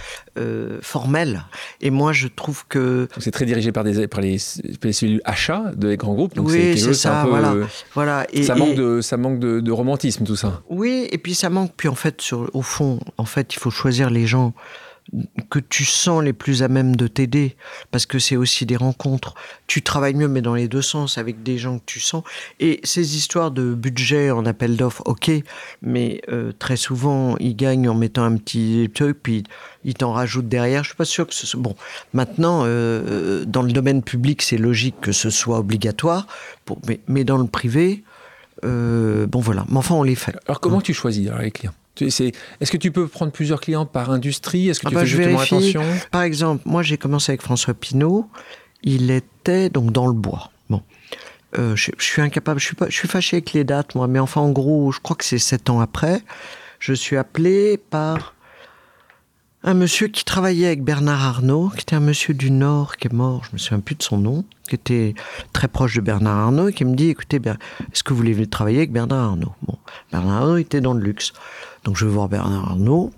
formelle. Et moi, je trouve que... Donc c'est très dirigé par les cellules achats des grands groupes. Donc oui, c'est ça, un peu, voilà. Ça manque de romantisme, tout ça. Oui, et puis ça manque. Puis en fait, au fond, il faut choisir les gens que tu sens les plus à même de t'aider, parce que c'est aussi des rencontres. Tu travailles mieux, mais dans les deux sens, avec des gens que tu sens. Et ces histoires de budget en appel d'offres, ok, mais très souvent, ils gagnent en mettant un petit truc, puis ils t'en rajoutent derrière. Je suis pas sûr que ce soit... Bon, maintenant, dans le domaine public, c'est logique que ce soit obligatoire, mais dans le privé, bon voilà. Mais enfin, on les fait. Alors comment tu choisis alors, les clients ? Est-ce que tu peux prendre plusieurs clients par industrie ? Est-ce que tu fais je justement vérifie. attention ? Par exemple, moi j'ai commencé avec François Pinault. Il était donc dans le bois. Bon, je suis incapable. Je suis fâché avec les dates, moi. Mais enfin, en gros, je crois que c'est 7 ans après. Je suis appelé par un monsieur qui travaillait avec Bernard Arnault, qui était un monsieur du Nord qui est mort. Je me souviens plus de son nom, qui était très proche de Bernard Arnault et qui me dit, écoutez, est-ce que vous voulez travailler avec Bernard Arnault ? Bon, Bernard Arnault était dans le luxe. Donc je vais voir Bernard Arnault,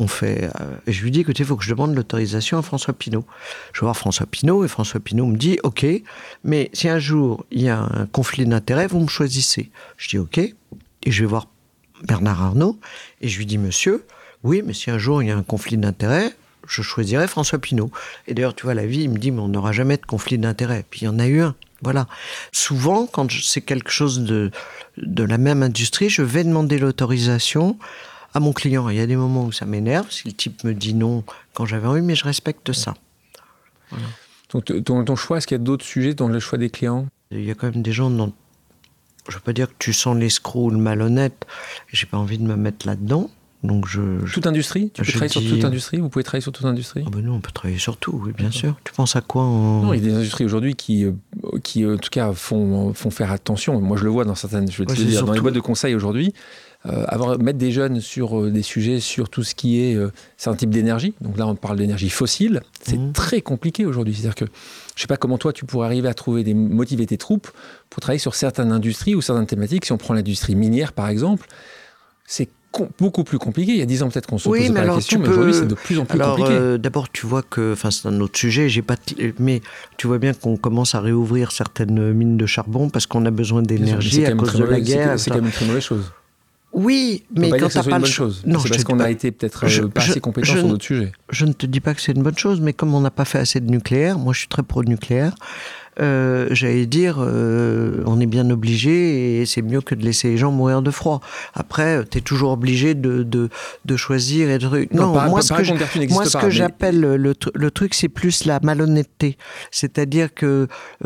et je lui dis, écoutez, il faut que je demande l'autorisation à François Pinault. Je vais voir François Pinault, et François Pinault me dit, ok, mais si un jour il y a un conflit d'intérêts, vous me choisissez. Je dis, ok, et je vais voir Bernard Arnault, et je lui dis, monsieur, oui, mais si un jour il y a un conflit d'intérêts, je choisirai François Pinault. Et d'ailleurs, tu vois, la vie, il me dit, mais on n'aura jamais de conflit d'intérêts. Puis il y en a eu un. Voilà. Souvent, quand c'est quelque chose de la même industrie, je vais demander l'autorisation à mon client. Il y a des moments où ça m'énerve, si le type me dit non quand j'avais envie, mais je respecte ça. Voilà. Donc ton choix, est-ce qu'il y a d'autres sujets dans le choix des clients ? Il y a quand même des gens dont je ne veux pas dire que tu sens l'escroc ou le malhonnête, et j'ai pas envie de me mettre là-dedans. Donc toute industrie ? Tu peux travailler sur toute industrie ? Vous pouvez travailler sur toute industrie ? Ah ben nous, on peut travailler sur tout, oui, bien sûr. Tu penses à quoi Non, il y a des industries aujourd'hui qui en tout cas, font faire attention. Moi, je le vois dans certaines... Je vais te dire, dans les boîtes de conseil aujourd'hui, mettre des jeunes sur des sujets, sur tout ce qui est certains types d'énergie. Donc là, on parle d'énergie fossile. C'est très compliqué aujourd'hui. C'est-à-dire que je ne sais pas comment toi, tu pourrais arriver à motiver tes troupes pour travailler sur certaines industries ou certaines thématiques. Si on prend l'industrie minière, par exemple, c'est beaucoup plus compliqué. Il y a 10 ans, peut-être qu'on se posait pas la question, mais aujourd'hui, c'est de plus en plus compliqué. D'abord, tu vois que, c'est un autre sujet, mais tu vois bien qu'on commence à réouvrir certaines mines de charbon parce qu'on a besoin d'énergie à cause de la guerre. C'est quand même une très mauvaise chose. Oui, mais quand t'as pas le choix. Non, c'est parce qu'on a été peut-être pas assez compétents sur d'autres sujets. Je ne te dis pas que c'est une bonne chose, mais comme on n'a pas fait assez de nucléaire, moi je suis très pro-nucléaire, j'allais dire, on est bien obligé et c'est mieux que de laisser les gens mourir de froid. Après, t'es toujours obligé de choisir et de... Non, moi ce que j'appelle le truc, c'est plus la malhonnêteté. C'est-à-dire que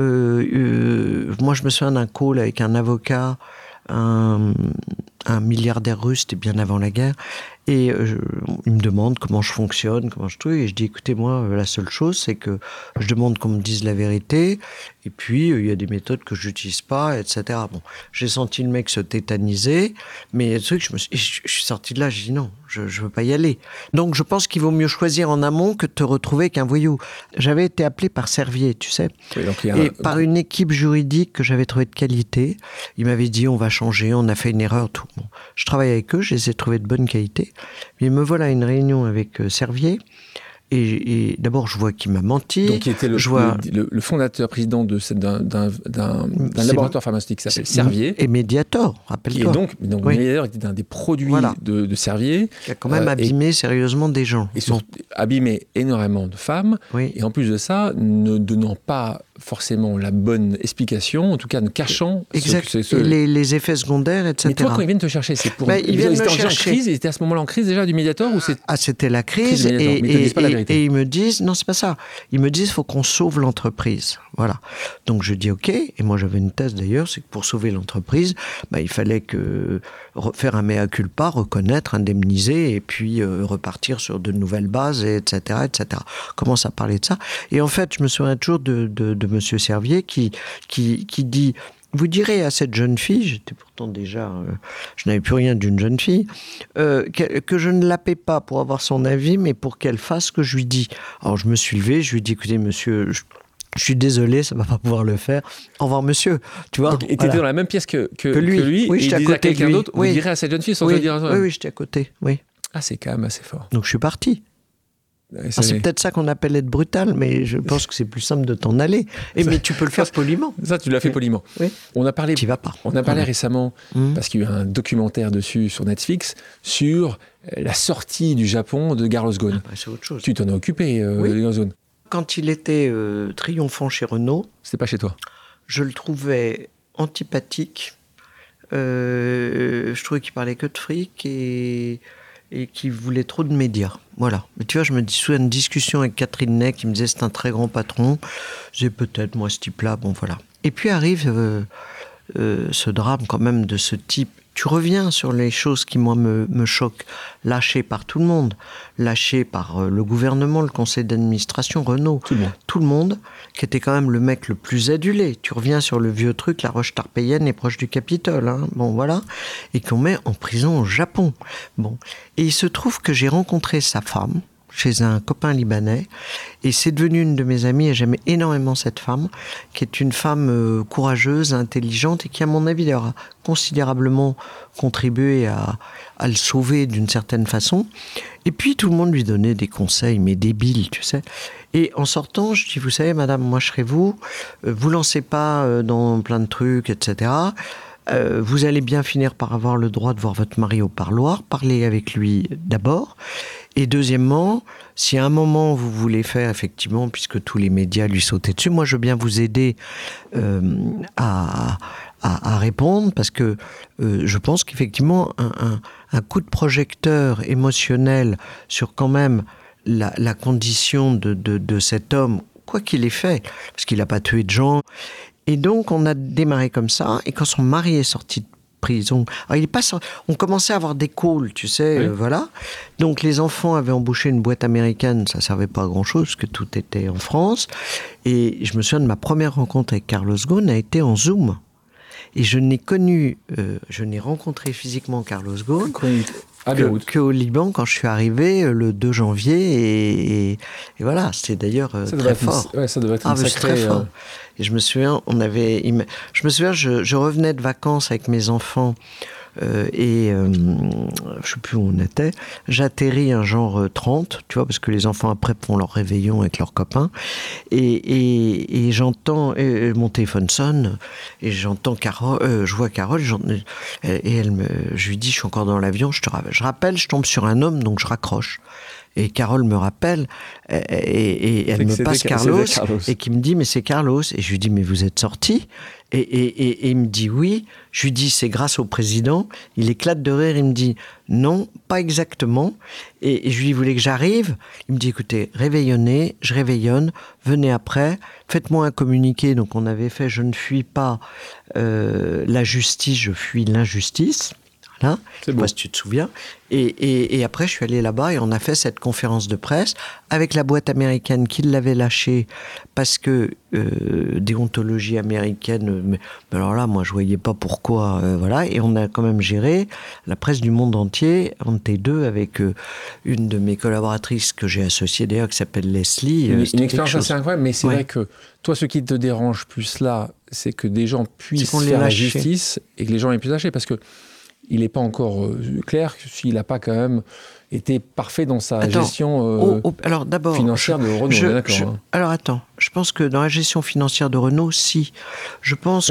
moi je me souviens d'un call avec un avocat, un milliardaire russe, c'était bien avant la guerre, et il me demande comment je fonctionne, comment je trouve, et je dis, écoutez, moi, la seule chose, c'est que je demande qu'on me dise la vérité, et puis il y a des méthodes que je n'utilise pas, etc. Bon, j'ai senti le mec se tétaniser, mais le truc, je suis sorti de là, j'ai dit non, je veux pas y aller. Donc je pense qu'il vaut mieux choisir en amont que de te retrouver avec un voyou. J'avais été appelé par Servier, tu sais, et par une équipe juridique que j'avais trouvée de qualité. Il m'avait dit, on va changer, on a fait une erreur, tout. Bon, je travaille avec eux, je les ai trouvés de bonne qualité. Mais me voilà à une réunion avec Servier, et d'abord je vois qu'il m'a menti. Donc il était le fondateur, président d'un laboratoire pharmaceutique qui s'appelle Servier. Et Mediator, rappelle-toi. Et donc Mediator était un des produits de Servier. Qui a quand même abîmé sérieusement des gens. Et abîmé énormément de femmes. Oui. Et en plus de ça, ne donnant pas forcément la bonne explication, en tout cas ne cachant les effets secondaires, etc. Mais toi, quand ils viennent te chercher, c'est pour... Ils viennent me chercher. Ils étaient à ce moment-là en crise déjà du Mediator ou c'est... Ah, c'était la crise, et ils me disent, non, c'est pas ça. Ils me disent, il faut qu'on sauve l'entreprise. Voilà. Donc je dis OK, et moi j'avais une thèse d'ailleurs, c'est que pour sauver l'entreprise, il fallait faire un mea culpa, reconnaître, indemniser, et puis repartir sur de nouvelles bases, etc., etc. On commence à parler de ça. Et en fait, je me souviens toujours de Monsieur Servier qui dit, vous direz à cette jeune fille, j'étais pourtant déjà, je n'avais plus rien d'une jeune fille, que je ne l'appelle pas pour avoir son avis, mais pour qu'elle fasse ce que je lui dis. Alors je me suis levé, je lui ai dit, écoutez monsieur, je suis désolé, ça ne va pas pouvoir le faire. Au revoir monsieur, tu vois. Donc, et tu étais dans la même pièce que lui, oui, et il j'étais à disait à côté de quelqu'un lui. d'autre, vous direz à cette jeune fille sans te le dire à toi. Oui, j'étais à côté, oui. Ah, c'est quand même assez fort. Donc je suis parti. C'est peut-être ça qu'on appelle être brutal, mais je pense que c'est plus simple de t'en aller. Mais tu peux le faire poliment. Ça, tu l'as fait poliment. Oui. On a parlé récemment, parce qu'il y a eu un documentaire dessus sur Netflix, sur la sortie du Japon de Carlos Ghosn. C'est autre chose. Tu t'en as occupé, Carlos Ghosn. Quand il était triomphant chez Renault, c'était pas chez toi. Je le trouvais antipathique. Je trouvais qu'il parlait que de fric et qui voulait trop de médias. Voilà. Mais tu vois, je me souviens d'une discussion avec Catherine Ney qui me disait c'est un très grand patron. Je disais peut-être, moi, ce type-là, bon voilà. Et puis arrive ce drame quand même de ce type. Tu reviens sur les choses qui, moi, me choquent. Lâché par tout le monde. Lâché par le gouvernement, le conseil d'administration, Renault. Tout le monde, qui était quand même le mec le plus adulé. Tu reviens sur le vieux truc, la roche tarpéienne est proche du Capitole. Hein. Bon, voilà. Et qu'on met en prison au Japon. Bon. Et il se trouve que j'ai rencontré sa femme chez un copain libanais, et c'est devenu une de mes amies, et j'aime énormément cette femme, qui est une femme courageuse, intelligente, et qui, à mon avis, a considérablement contribué à le sauver d'une certaine façon. Et puis, tout le monde lui donnait des conseils, mais débiles, tu sais. Et en sortant, je dis, vous savez, madame, moi, je serai vous, vous lancez pas dans plein de trucs, etc., vous allez bien finir par avoir le droit de voir votre mari au parloir, parler avec lui d'abord. Et deuxièmement, si à un moment vous voulez faire, effectivement, puisque tous les médias lui sautaient dessus, moi je veux bien vous aider à répondre, parce que je pense qu'effectivement, un coup de projecteur émotionnel sur quand même la condition de cet homme, quoi qu'il ait fait, parce qu'il n'a pas tué de gens. Et donc, on a démarré comme ça. Et quand son mari est sorti de prison, alors il est pas sorti, on commençait à avoir des calls, tu sais, oui. Voilà. Donc, les enfants avaient embauché une boîte américaine. Ça servait pas à grand-chose, parce que tout était en France. Et je me souviens de ma première rencontre avec Carlos Ghosn a été en Zoom. Et je n'ai rencontré physiquement Carlos Ghosn qu'au Liban quand je suis arrivé le 2 janvier. Et voilà, c'était d'ailleurs très fort. Ça devait être une sacrée... très fort. Et je me souviens, je revenais de vacances avec mes enfants et je sais plus où on était. J'atterris un genre 30, tu vois, parce que les enfants après font leur réveillon avec leurs copains. Et j'entends, mon téléphone sonne et j'entends Carole, je vois Carole et je lui dis, je suis encore dans l'avion, je rappelle, je tombe sur un homme, donc je raccroche. Et Carole me rappelle, et elle me passe Carlos, et qui me dit, mais c'est Carlos. Et je lui dis, mais vous êtes sorti ? Et il me dit oui. Je lui dis, c'est grâce au président. Il éclate de rire, il me dit, non, pas exactement. Et je lui dis, vous voulez que j'arrive ? Il me dit, écoutez, réveillonnez, je réveillonne, venez après, faites-moi un communiqué. Donc on avait fait, je ne fuis pas la justice, je fuis l'injustice. Voilà. Je ne sais pas si tu te souviens. Et après, je suis allé là-bas et on a fait cette conférence de presse avec la boîte américaine qui l'avait lâchée parce que déontologie américaine. Mais alors là, moi, je ne voyais pas pourquoi. Voilà. Et on a quand même géré la presse du monde entier, entre les deux, avec une de mes collaboratrices que j'ai associée d'ailleurs, qui s'appelle Leslie. Une expérience assez incroyable, mais c'est vrai que toi, ce qui te dérange plus là, c'est que des gens puissent faire la justice et que les gens aient pu lâcher. Parce que il n'est pas encore clair s'il n'a pas quand même été parfait dans sa gestion alors d'abord, financière de Renault. Alors attends, je pense que dans la gestion financière de Renault, si. Je pense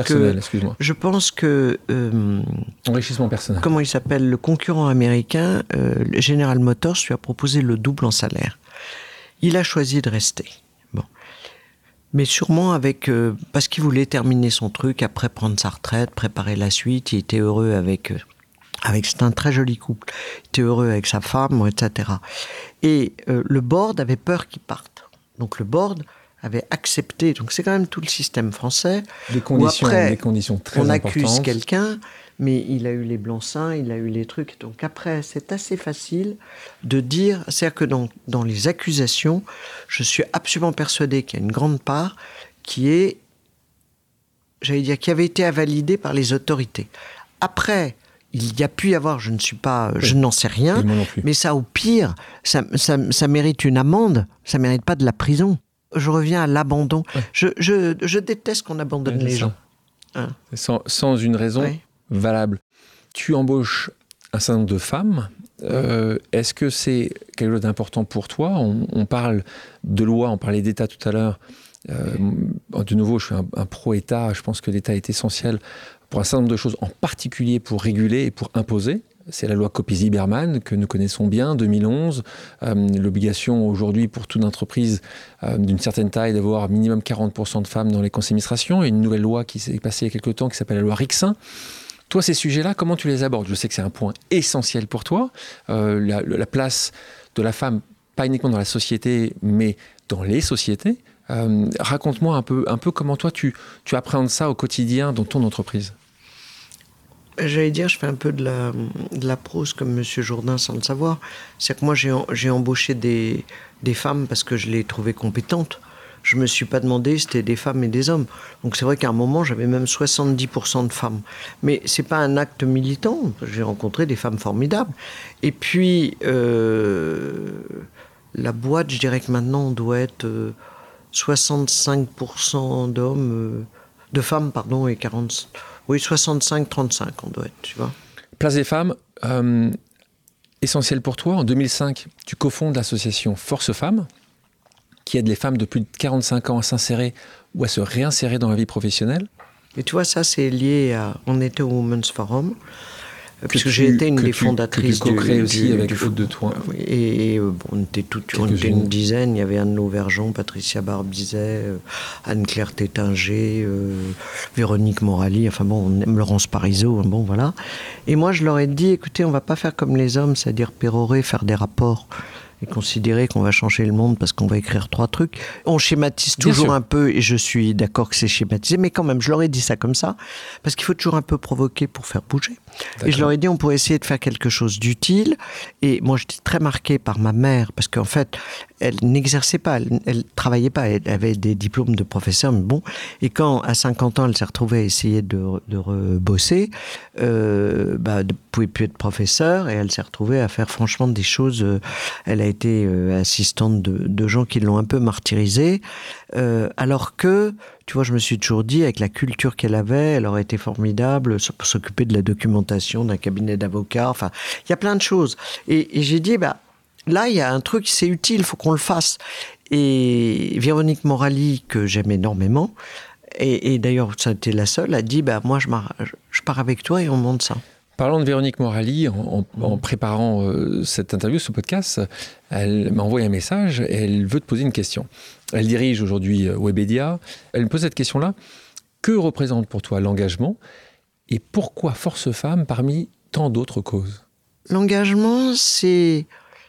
que enrichissement personnel. Comment il s'appelle ? Le concurrent américain, General Motors, lui a proposé le double en salaire. Il a choisi de rester. Bon. Mais sûrement parce qu'il voulait terminer son truc, après prendre sa retraite, préparer la suite. Il était heureux avec c'était un très joli couple. Il était heureux avec sa femme, etc. Et le board avait peur qu'il parte. Donc le board avait accepté. Donc c'est quand même tout le système français. Des conditions très importantes. On accuse quelqu'un, mais il a eu les blancs-seings, il a eu les trucs. Donc après, c'est assez facile de dire... C'est-à-dire que dans les accusations, je suis absolument persuadé qu'il y a une grande part qui est... j'allais dire, qui avait été validé par les autorités. Après, il y a pu y avoir, je n'en sais rien, mais ça, au pire, ça mérite une amende, ça mérite pas de la prison. Je reviens à l'abandon. Ouais. Je déteste qu'on abandonne les gens. Hein. Sans une raison valable. Tu embauches un certain nombre de femmes. Est-ce que c'est quelque chose d'important pour toi ? On parle de loi, on parlait d'État tout à l'heure. De nouveau, je suis un pro-État. Je pense que l'État est essentiel pour un certain nombre de choses, en particulier pour réguler et pour imposer. C'est la loi Copé-Zimmermann que nous connaissons bien, 2011. L'obligation aujourd'hui pour toute entreprise d'une certaine taille d'avoir minimum 40% de femmes dans les conseils d'administration. Et une nouvelle loi qui s'est passée il y a quelques temps qui s'appelle la loi Rixain. Toi, ces sujets-là, comment tu les abordes ? Je sais que c'est un point essentiel pour toi. La place de la femme, pas uniquement dans la société, mais dans les sociétés. Raconte-moi un peu comment toi, tu appréhendes ça au quotidien dans ton entreprise. J'allais dire, je fais un peu de la prose comme M. Jourdain sans le savoir. C'est que moi, j'ai embauché des femmes parce que je les trouvais compétentes. Je ne me suis pas demandé si c'était des femmes et des hommes. Donc c'est vrai qu'à un moment, j'avais même 70% de femmes. Mais ce n'est pas un acte militant. J'ai rencontré des femmes formidables. Et puis, la boîte, je dirais que maintenant, on doit être 65% de femmes, et 40... Oui, 65-35, on doit être, tu vois. Place des femmes, essentiel pour toi. En 2005, tu cofondes l'association Force Femmes, qui aide les femmes de plus de 45 ans à s'insérer ou à se réinsérer dans la vie professionnelle. Et tu vois, ça, c'est lié à... On était au Women's Forum, puisque j'ai été une des fondatrices du aussi avec Aude de Toin. Et on était une dizaine. Il y avait Anne Lauvergeon, Patricia Barbizet, Anne-Claire Tétinger, Véronique Morali, Laurence Parisot, voilà. Et moi, je leur ai dit, écoutez, on va pas faire comme les hommes, c'est-à-dire pérorer, faire des rapports et considérer qu'on va changer le monde parce qu'on va écrire 3 trucs. On schématise toujours un peu, et je suis d'accord que c'est schématisé, mais quand même, je leur ai dit ça comme ça, parce qu'il faut toujours un peu provoquer pour faire bouger. D'accord. Et je leur ai dit, on pourrait essayer de faire quelque chose d'utile. Et moi, j'étais très marquée par ma mère, parce qu'en fait, elle n'exerçait pas, elle travaillait pas, elle avait des diplômes de professeur, mais bon. Et quand, à 50 ans, elle s'est retrouvée à essayer de rebosser, ne pouvait plus être professeur, et elle s'est retrouvée à faire franchement des choses. Elle a été assistante de gens qui l'ont un peu martyrisée, alors que, tu vois, je me suis toujours dit, avec la culture qu'elle avait, elle aurait été formidable pour s'occuper de la documentation d'un cabinet d'avocats. Enfin, il y a plein de choses. Et j'ai dit, là, il y a un truc, c'est utile, il faut qu'on le fasse. Et Véronique Morali, que j'aime énormément, et d'ailleurs, ça a été la seule, a dit, moi, je pars avec toi et on monte ça. Parlant de Véronique Morali, en préparant cette interview, ce podcast, elle m'a envoyé un message et elle veut te poser une question. Elle dirige aujourd'hui Webedia. Elle me pose cette question-là. Que représente pour toi l'engagement et pourquoi Force Femmes parmi tant d'autres causes ? L'engagement, c'est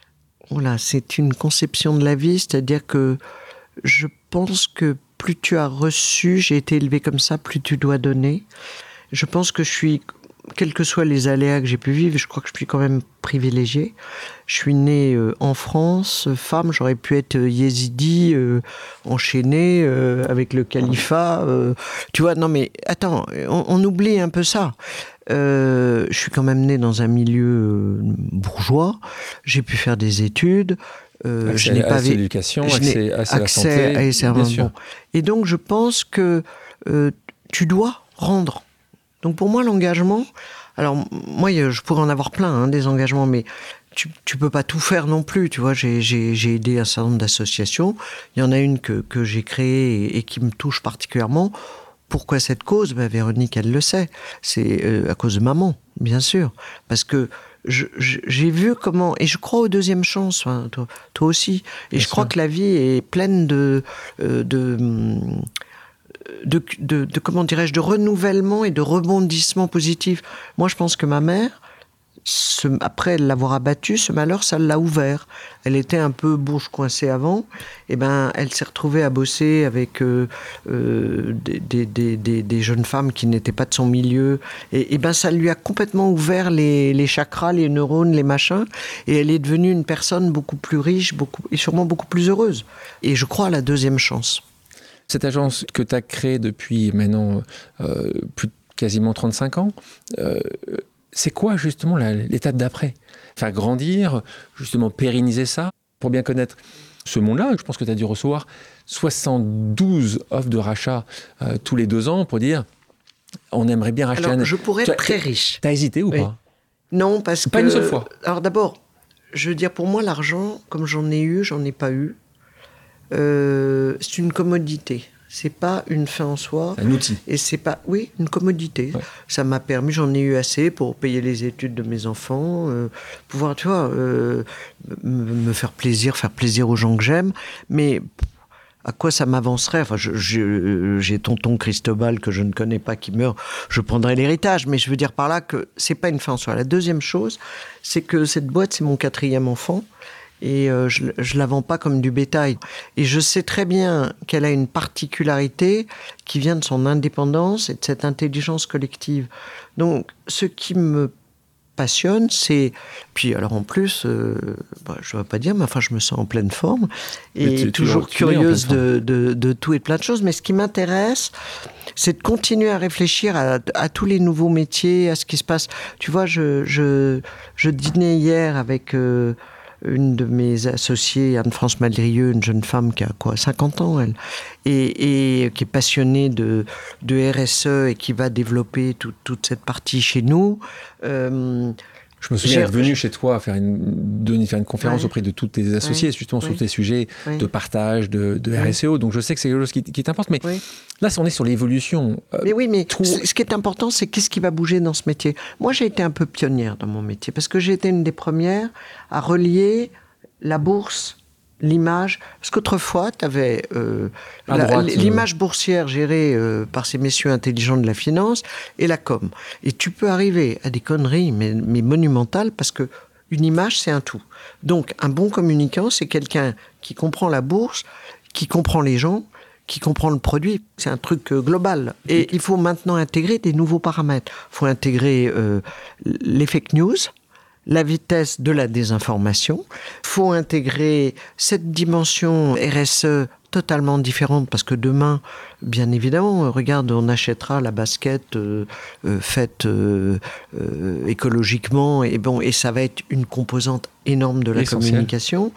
une conception de la vie, c'est-à-dire que je pense que plus tu as reçu, j'ai été élevée comme ça, plus tu dois donner. Je pense que je suis... Quels que soient les aléas que j'ai pu vivre, je crois que je suis quand même privilégiée. Je suis née en France, femme, j'aurais pu être yézidi, enchaînée avec le califat. Tu vois, non mais attends, on oublie un peu ça. Je suis quand même née dans un milieu bourgeois, j'ai pu faire des études. Je n'ai pas l'éducation, accès à la santé, bien sûr. Et donc je pense que tu dois rendre. Donc pour moi, l'engagement, alors moi, je pourrais en avoir plein, des engagements, mais tu peux pas tout faire non plus, tu vois. J'ai aidé un certain nombre d'associations. Il y en a une que j'ai créée et qui me touche particulièrement. Pourquoi cette cause ? Véronique, elle le sait. C'est à cause de maman, bien sûr. Parce que j'ai vu comment... Et je crois aux deuxièmes chances, toi aussi. Et je crois que la vie est pleine de comment dirais-je, de renouvellement et de rebondissement positif. Moi, je pense que ma mère, après l'avoir abattue, ce malheur, ça l'a ouvert. Elle était un peu bouche coincée avant, et elle s'est retrouvée à bosser avec des jeunes femmes qui n'étaient pas de son milieu, et ça lui a complètement ouvert les chakras, les neurones, les machins, et elle est devenue une personne beaucoup plus riche, et sûrement beaucoup plus heureuse. Et je crois à la deuxième chance. Cette agence que tu as créée depuis maintenant quasiment 35 ans, c'est quoi justement l'étape d'après ? Faire grandir, justement pérenniser ça, pour bien connaître ce monde-là. Je pense que tu as dû recevoir 72 offres de rachat tous les 2 ans pour dire on aimerait bien racheter. Alors, je pourrais être très riche. T'as hésité ou pas ? Non, parce que... Pas une seule fois. Alors d'abord, je veux dire, pour moi, l'argent, comme j'en ai eu, j'en ai pas eu, c'est une commodité. C'est pas une fin en soi. Un outil. Et c'est pas, oui, une commodité. Ouais. Ça m'a permis, j'en ai eu assez pour payer les études de mes enfants, pouvoir, tu vois, me faire plaisir aux gens que j'aime. Mais à quoi ça m'avancerait ? Enfin, j'ai tonton Cristobal que je ne connais pas qui meurt, je prendrai l'héritage. Mais je veux dire par là que c'est pas une fin en soi. La deuxième chose, c'est que cette boîte, c'est mon 4e enfant. Et je la vends pas comme du bétail. Et je sais très bien qu'elle a une particularité qui vient de son indépendance et de cette intelligence collective. Donc, ce qui me passionne, c'est... Puis alors en plus, je ne vais pas dire, mais enfin je me sens en pleine forme et toujours curieuse de tout et de plein de choses. Mais ce qui m'intéresse, c'est de continuer à réfléchir à tous les nouveaux métiers, à ce qui se passe. Tu vois, je dînais hier avec... une de mes associées, Anne-France Madrieux, une jeune femme qui a 50 ans, elle, et qui est passionnée de RSE et qui va développer toute cette partie chez nous. Je me souviens être venu chez toi faire une conférence auprès de tous tes associés, justement sur tes sujets de partage, de RSEO. Donc je sais que c'est quelque chose qui t'importe, mais là, on est sur l'évolution. Mais oui, mais ce qui est important, c'est qu'est-ce qui va bouger dans ce métier. Moi, j'ai été un peu pionnière dans mon métier, parce que j'ai été une des premières à relier la bourse, l'image, parce qu'autrefois, tu avais l'image boursière gérée par ces messieurs intelligents de la finance et la com. Et tu peux arriver à des conneries, mais monumentales, parce que une image, c'est un tout. Donc, un bon communicant, c'est quelqu'un qui comprend la bourse, qui comprend les gens, qui comprend le produit. C'est un truc global. Et il faut maintenant intégrer des nouveaux paramètres. Il faut intégrer les fake news, la vitesse de la désinformation. Il faut intégrer cette dimension RSE totalement différente, parce que demain, bien évidemment, regarde, on achètera la basket faite écologiquement, et ça va être une composante énorme de la communication.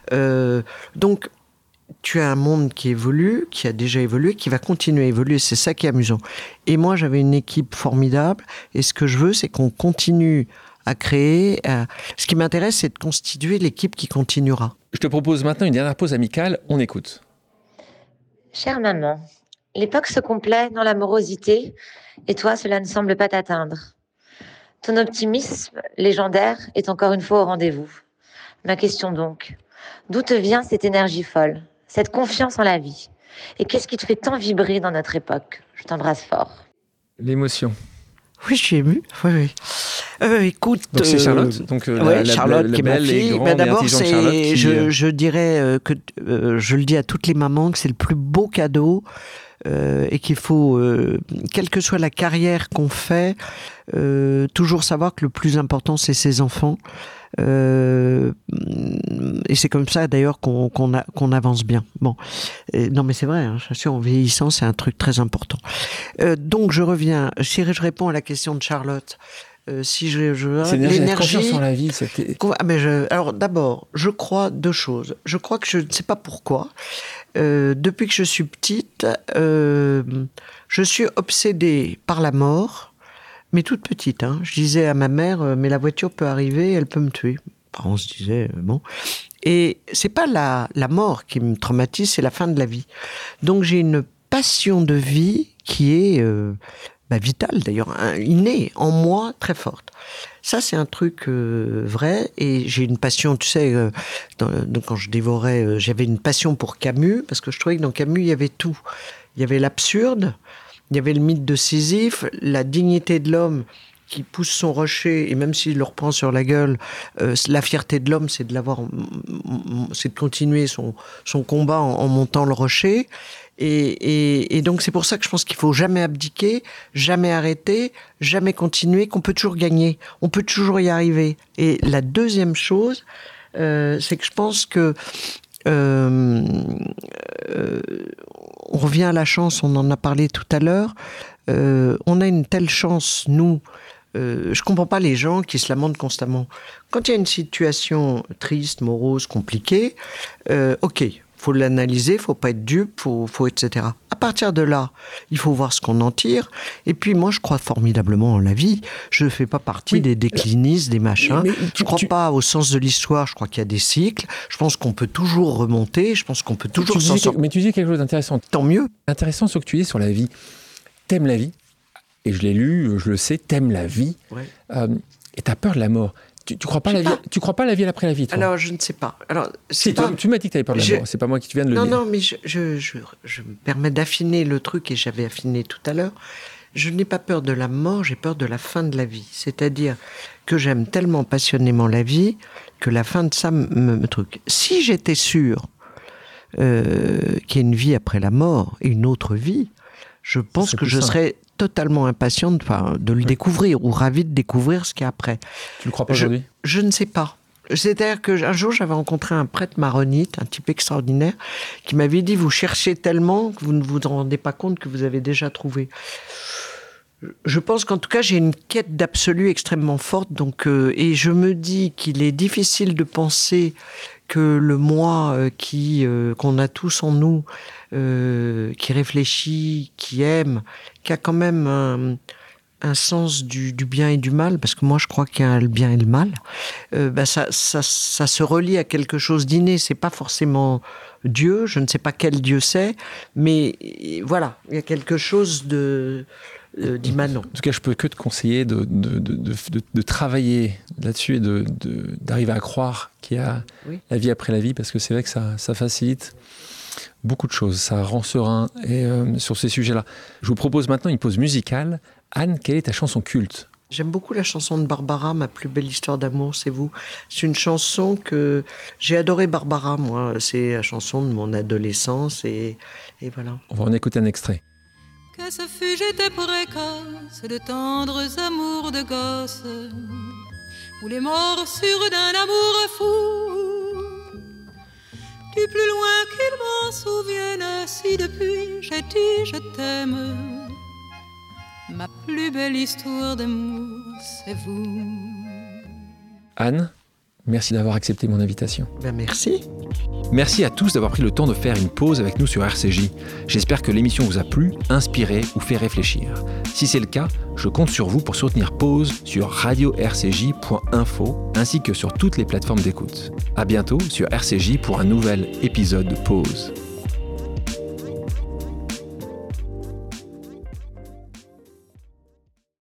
Donc, tu as un monde qui évolue, qui a déjà évolué, qui va continuer à évoluer. C'est ça qui est amusant. Et moi, j'avais une équipe formidable, et ce que je veux, c'est qu'on continue à créer. Ce qui m'intéresse, c'est de constituer l'équipe qui continuera. Je te propose maintenant une dernière pause amicale. On écoute. Chère maman, l'époque se complaît dans l'amorosité, et toi, cela ne semble pas t'atteindre. Ton optimisme légendaire est encore une fois au rendez-vous. Ma question donc, d'où te vient cette énergie folle, cette confiance en la vie ? Et qu'est-ce qui te fait tant vibrer dans notre époque ? Je t'embrasse fort. L'émotion. Oui, je suis émue. Oui. Écoute, donc c'est Charlotte, donc Charlotte qui est ma fille. D'abord, c'est, je dirais que je le dis à toutes les mamans que c'est le plus beau cadeau et qu'il faut, quelle que soit la carrière qu'on fait, toujours savoir que le plus important c'est ses enfants. Et c'est comme ça d'ailleurs qu'on avance bien. Bon, non mais c'est vrai, hein, je suis en vieillissant, c'est un truc très important. Donc je reviens, si je réponds à la question de Charlotte, si c'est l'énergie, confiance en la vie. Alors d'abord, je crois 2 choses. Je crois que je ne sais pas pourquoi. Depuis que je suis petite, je suis obsédée par la mort. Mais toute petite, hein. Je disais à ma mère, mais la voiture peut arriver, elle peut me tuer. Enfin, on se disait, bon. Et c'est pas la mort qui me traumatise, c'est la fin de la vie. Donc j'ai une passion de vie qui est vitale, d'ailleurs, innée en moi, très forte. Ça, c'est un truc vrai. Et j'ai une passion, tu sais, quand je dévorais, j'avais une passion pour Camus, parce que je trouvais que dans Camus, il y avait tout. Il y avait l'absurde, il y avait le mythe de Sisyphe, la dignité de l'homme qui pousse son rocher, et même s'il le reprend sur la gueule, la fierté de l'homme, c'est de continuer son combat en montant le rocher. Et donc c'est pour ça que je pense qu'il faut jamais abdiquer, jamais arrêter, jamais continuer, qu'on peut toujours gagner, on peut toujours y arriver. Et la deuxième chose, c'est que je pense que On revient à la chance, on en a parlé tout à l'heure. On a une telle chance, nous. Je comprends pas les gens qui se lamentent constamment. Quand il y a une situation triste, morose, compliquée, ok, faut l'analyser, faut pas être dupe, faut etc. À partir de là, il faut voir ce qu'on en tire. Et puis moi, je crois formidablement en la vie. Je fais pas partie des déclinistes, des machins. Je crois pas au sens de l'histoire. Je crois qu'il y a des cycles. Je pense qu'on peut toujours remonter. Je pense qu'on peut toujours s'en sortir. Mais tu dis quelque chose d'intéressant. Tant mieux. Intéressant ce que tu dis sur la vie. T'aimes la vie. Et je l'ai lu, je le sais, t'aimes la vie. Ouais. Et t'as peur de la mort. Tu crois pas la vie. Tu crois pas la vie après la vie, toi? Alors, je ne sais pas. Alors, si, tu m'as dit que tu avais peur de la mort. C'est pas moi qui te viens de le dire. Non, mais je me permets d'affiner le truc, et j'avais affiné tout à l'heure. Je n'ai pas peur de la mort, j'ai peur de la fin de la vie. C'est-à-dire que j'aime tellement passionnément la vie que la fin de ça me truc. Si j'étais sûr qu'il y a une vie après la mort et une autre vie, je pense que je serais totalement impatient de le découvrir, ou ravi de découvrir ce qu'il y a après. Tu le crois pas aujourd'hui? Je ne sais pas. C'est-à-dire qu'un jour, j'avais rencontré un prêtre maronite, un type extraordinaire, qui m'avait dit « Vous cherchez tellement que vous ne vous rendez pas compte que vous avez déjà trouvé ». Je pense qu'en tout cas, j'ai une quête d'absolu extrêmement forte. Et je me dis qu'il est difficile de penser que le moi qu'on a tous en nous, qui réfléchit, qui aime, qui a quand même un sens du bien et du mal, parce que moi je crois qu'il y a le bien et le mal, ça se relie à quelque chose d'inné. C'est pas forcément Dieu, je ne sais pas quel Dieu c'est, mais voilà, il y a quelque chose d'immanent. En tout cas, je peux que te conseiller de travailler là-dessus et d'arriver à croire qu'il y a la vie après la vie, parce que c'est vrai que ça facilite beaucoup de choses, ça rend serein sur ces sujets-là. Je vous propose maintenant une pause musicale. Anne, quelle est ta chanson culte? J'aime beaucoup la chanson de Barbara, Ma plus belle histoire d'amour, c'est vous. C'est une chanson que j'ai adoré, Barbara, moi. C'est la chanson de mon adolescence et voilà. On va en écouter un extrait. Que ce fut, j'étais précoce, de tendres amours de gosse, ou les morsures d'un amour fou. Du plus loin qu'il m'en souvienne, si depuis j'ai dit je t'aime, ma plus belle histoire d'amour, c'est vous. Anne, merci d'avoir accepté mon invitation. Merci. Merci à tous d'avoir pris le temps de faire une pause avec nous sur RCJ. J'espère que l'émission vous a plu, inspiré ou fait réfléchir. Si c'est le cas, je compte sur vous pour soutenir Pause sur radio-rcj.info ainsi que sur toutes les plateformes d'écoute. À bientôt sur RCJ pour un nouvel épisode de Pause.